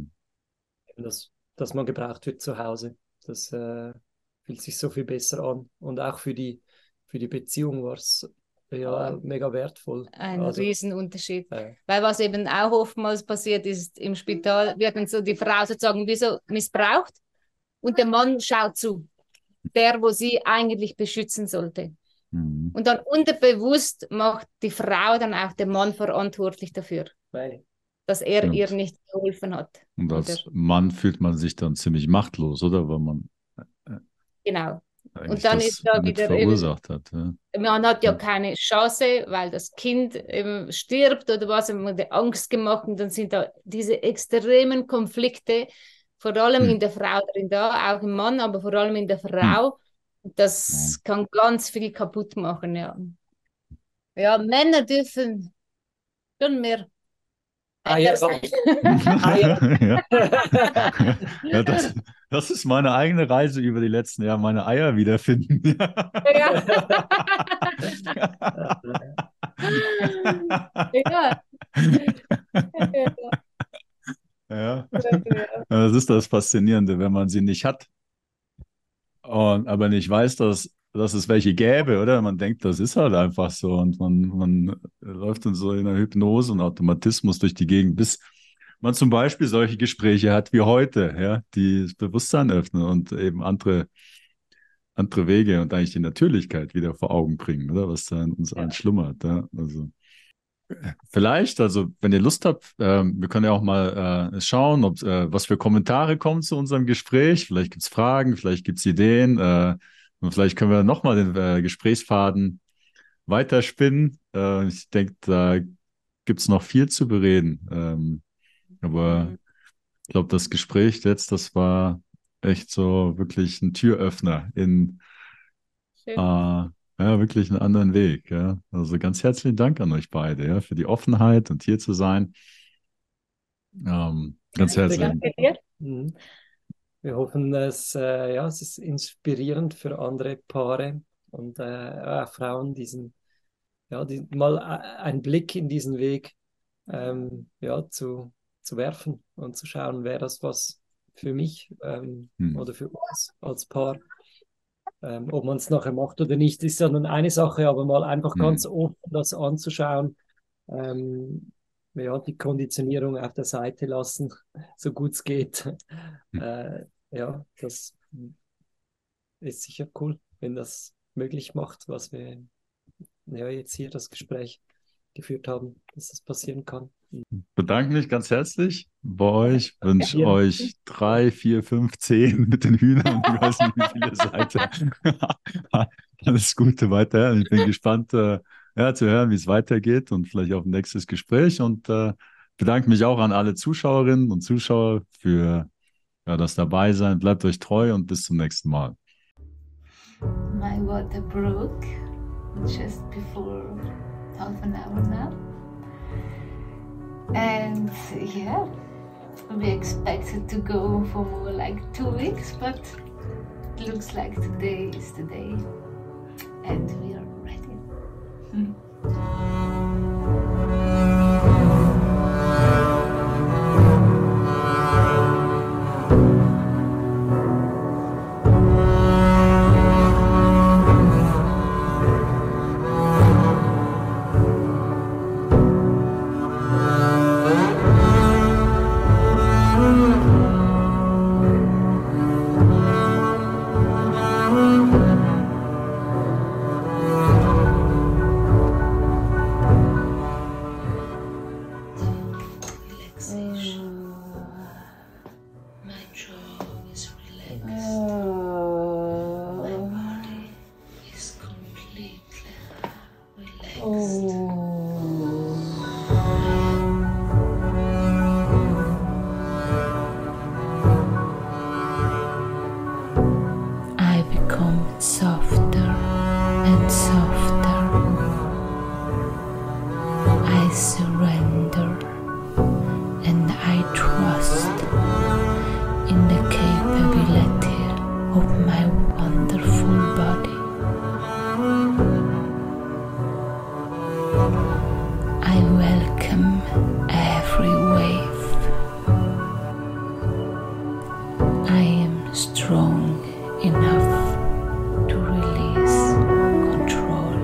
Dass man gebraucht wird zu Hause. Das fühlt sich so viel besser an. Und auch für die Beziehung war es ja mega wertvoll. Ein Riesenunterschied. Weil was eben auch oftmals passiert ist, im Spital wird dann so die Frau sozusagen wie so missbraucht und der Mann schaut zu. Der, wo sie eigentlich beschützen sollte. Und dann unterbewusst macht die Frau dann auch den Mann verantwortlich dafür, dass er ihr nicht geholfen hat. Und als Mann fühlt man sich dann ziemlich machtlos, oder? Weil man genau. Und dann ist da wieder verursacht hat. Ja. Man hat ja keine Chance, weil das Kind eben stirbt oder was, man hat Angst gemacht und dann sind da diese extremen Konflikte, vor allem in der Frau drin da, auch im Mann, aber vor allem in der Frau. Das kann ganz viel kaputt machen, ja. Ja, Männer dürfen schon mehr. Ja, das ist meine eigene Reise über die letzten Jahre, meine Eier wiederfinden. Ja. Das ist das Faszinierende, wenn man sie nicht hat, aber nicht weiß, dass es welche gäbe, oder? Man denkt, das ist halt einfach so und man läuft dann so in einer Hypnose und Automatismus durch die Gegend, bis man zum Beispiel solche Gespräche hat wie heute, ja, die das Bewusstsein öffnen und eben andere Wege und eigentlich die Natürlichkeit wieder vor Augen bringen, oder? Was da in uns allen schlummert. Ja? Also vielleicht, also wenn ihr Lust habt, wir können ja auch mal schauen, ob was für Kommentare kommen zu unserem Gespräch. Vielleicht gibt es Fragen, vielleicht gibt es Ideen und vielleicht können wir nochmal den Gesprächsfaden weiterspinnen. Ich denke, da gibt es noch viel zu bereden. Aber ich glaube, das Gespräch jetzt, das war echt so wirklich ein Türöffner in wirklich einen anderen Weg. Ja. Also ganz herzlichen Dank an euch beide, ja, für die Offenheit und hier zu sein. Ganz herzlich. Danke dir. Wir hoffen, es ist inspirierend für andere Paare und Frauen, mal einen Blick in diesen Weg zu werfen und zu schauen, wäre das was für mich oder für uns als Paar. Ob man es nachher macht oder nicht, ist ja dann eine Sache, aber mal einfach ganz offen das anzuschauen, die Konditionierung auf der Seite lassen, so gut es geht. Das ist sicher cool, wenn das möglich macht, was wir jetzt hier das Gespräch geführt haben, dass das passieren kann. Bedanke mich ganz herzlich bei euch, wünsche euch 3, 4, 5, 10 mit den Hühnern, ich weiß nicht, wie viele Seiten. Alles Gute weiter. Ich bin gespannt zu hören, wie es weitergeht und vielleicht auf ein nächstes Gespräch und bedanke mich auch an alle Zuschauerinnen und Zuschauer für das Dabeisein. Bleibt euch treu und bis zum nächsten Mal. My water broke just before half an hour now. And we expected to go for more like 2 weeks, but it looks like today is the day and we are ready. I welcome every wave. I am strong enough to release control.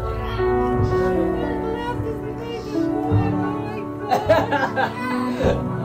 Ha ha ha!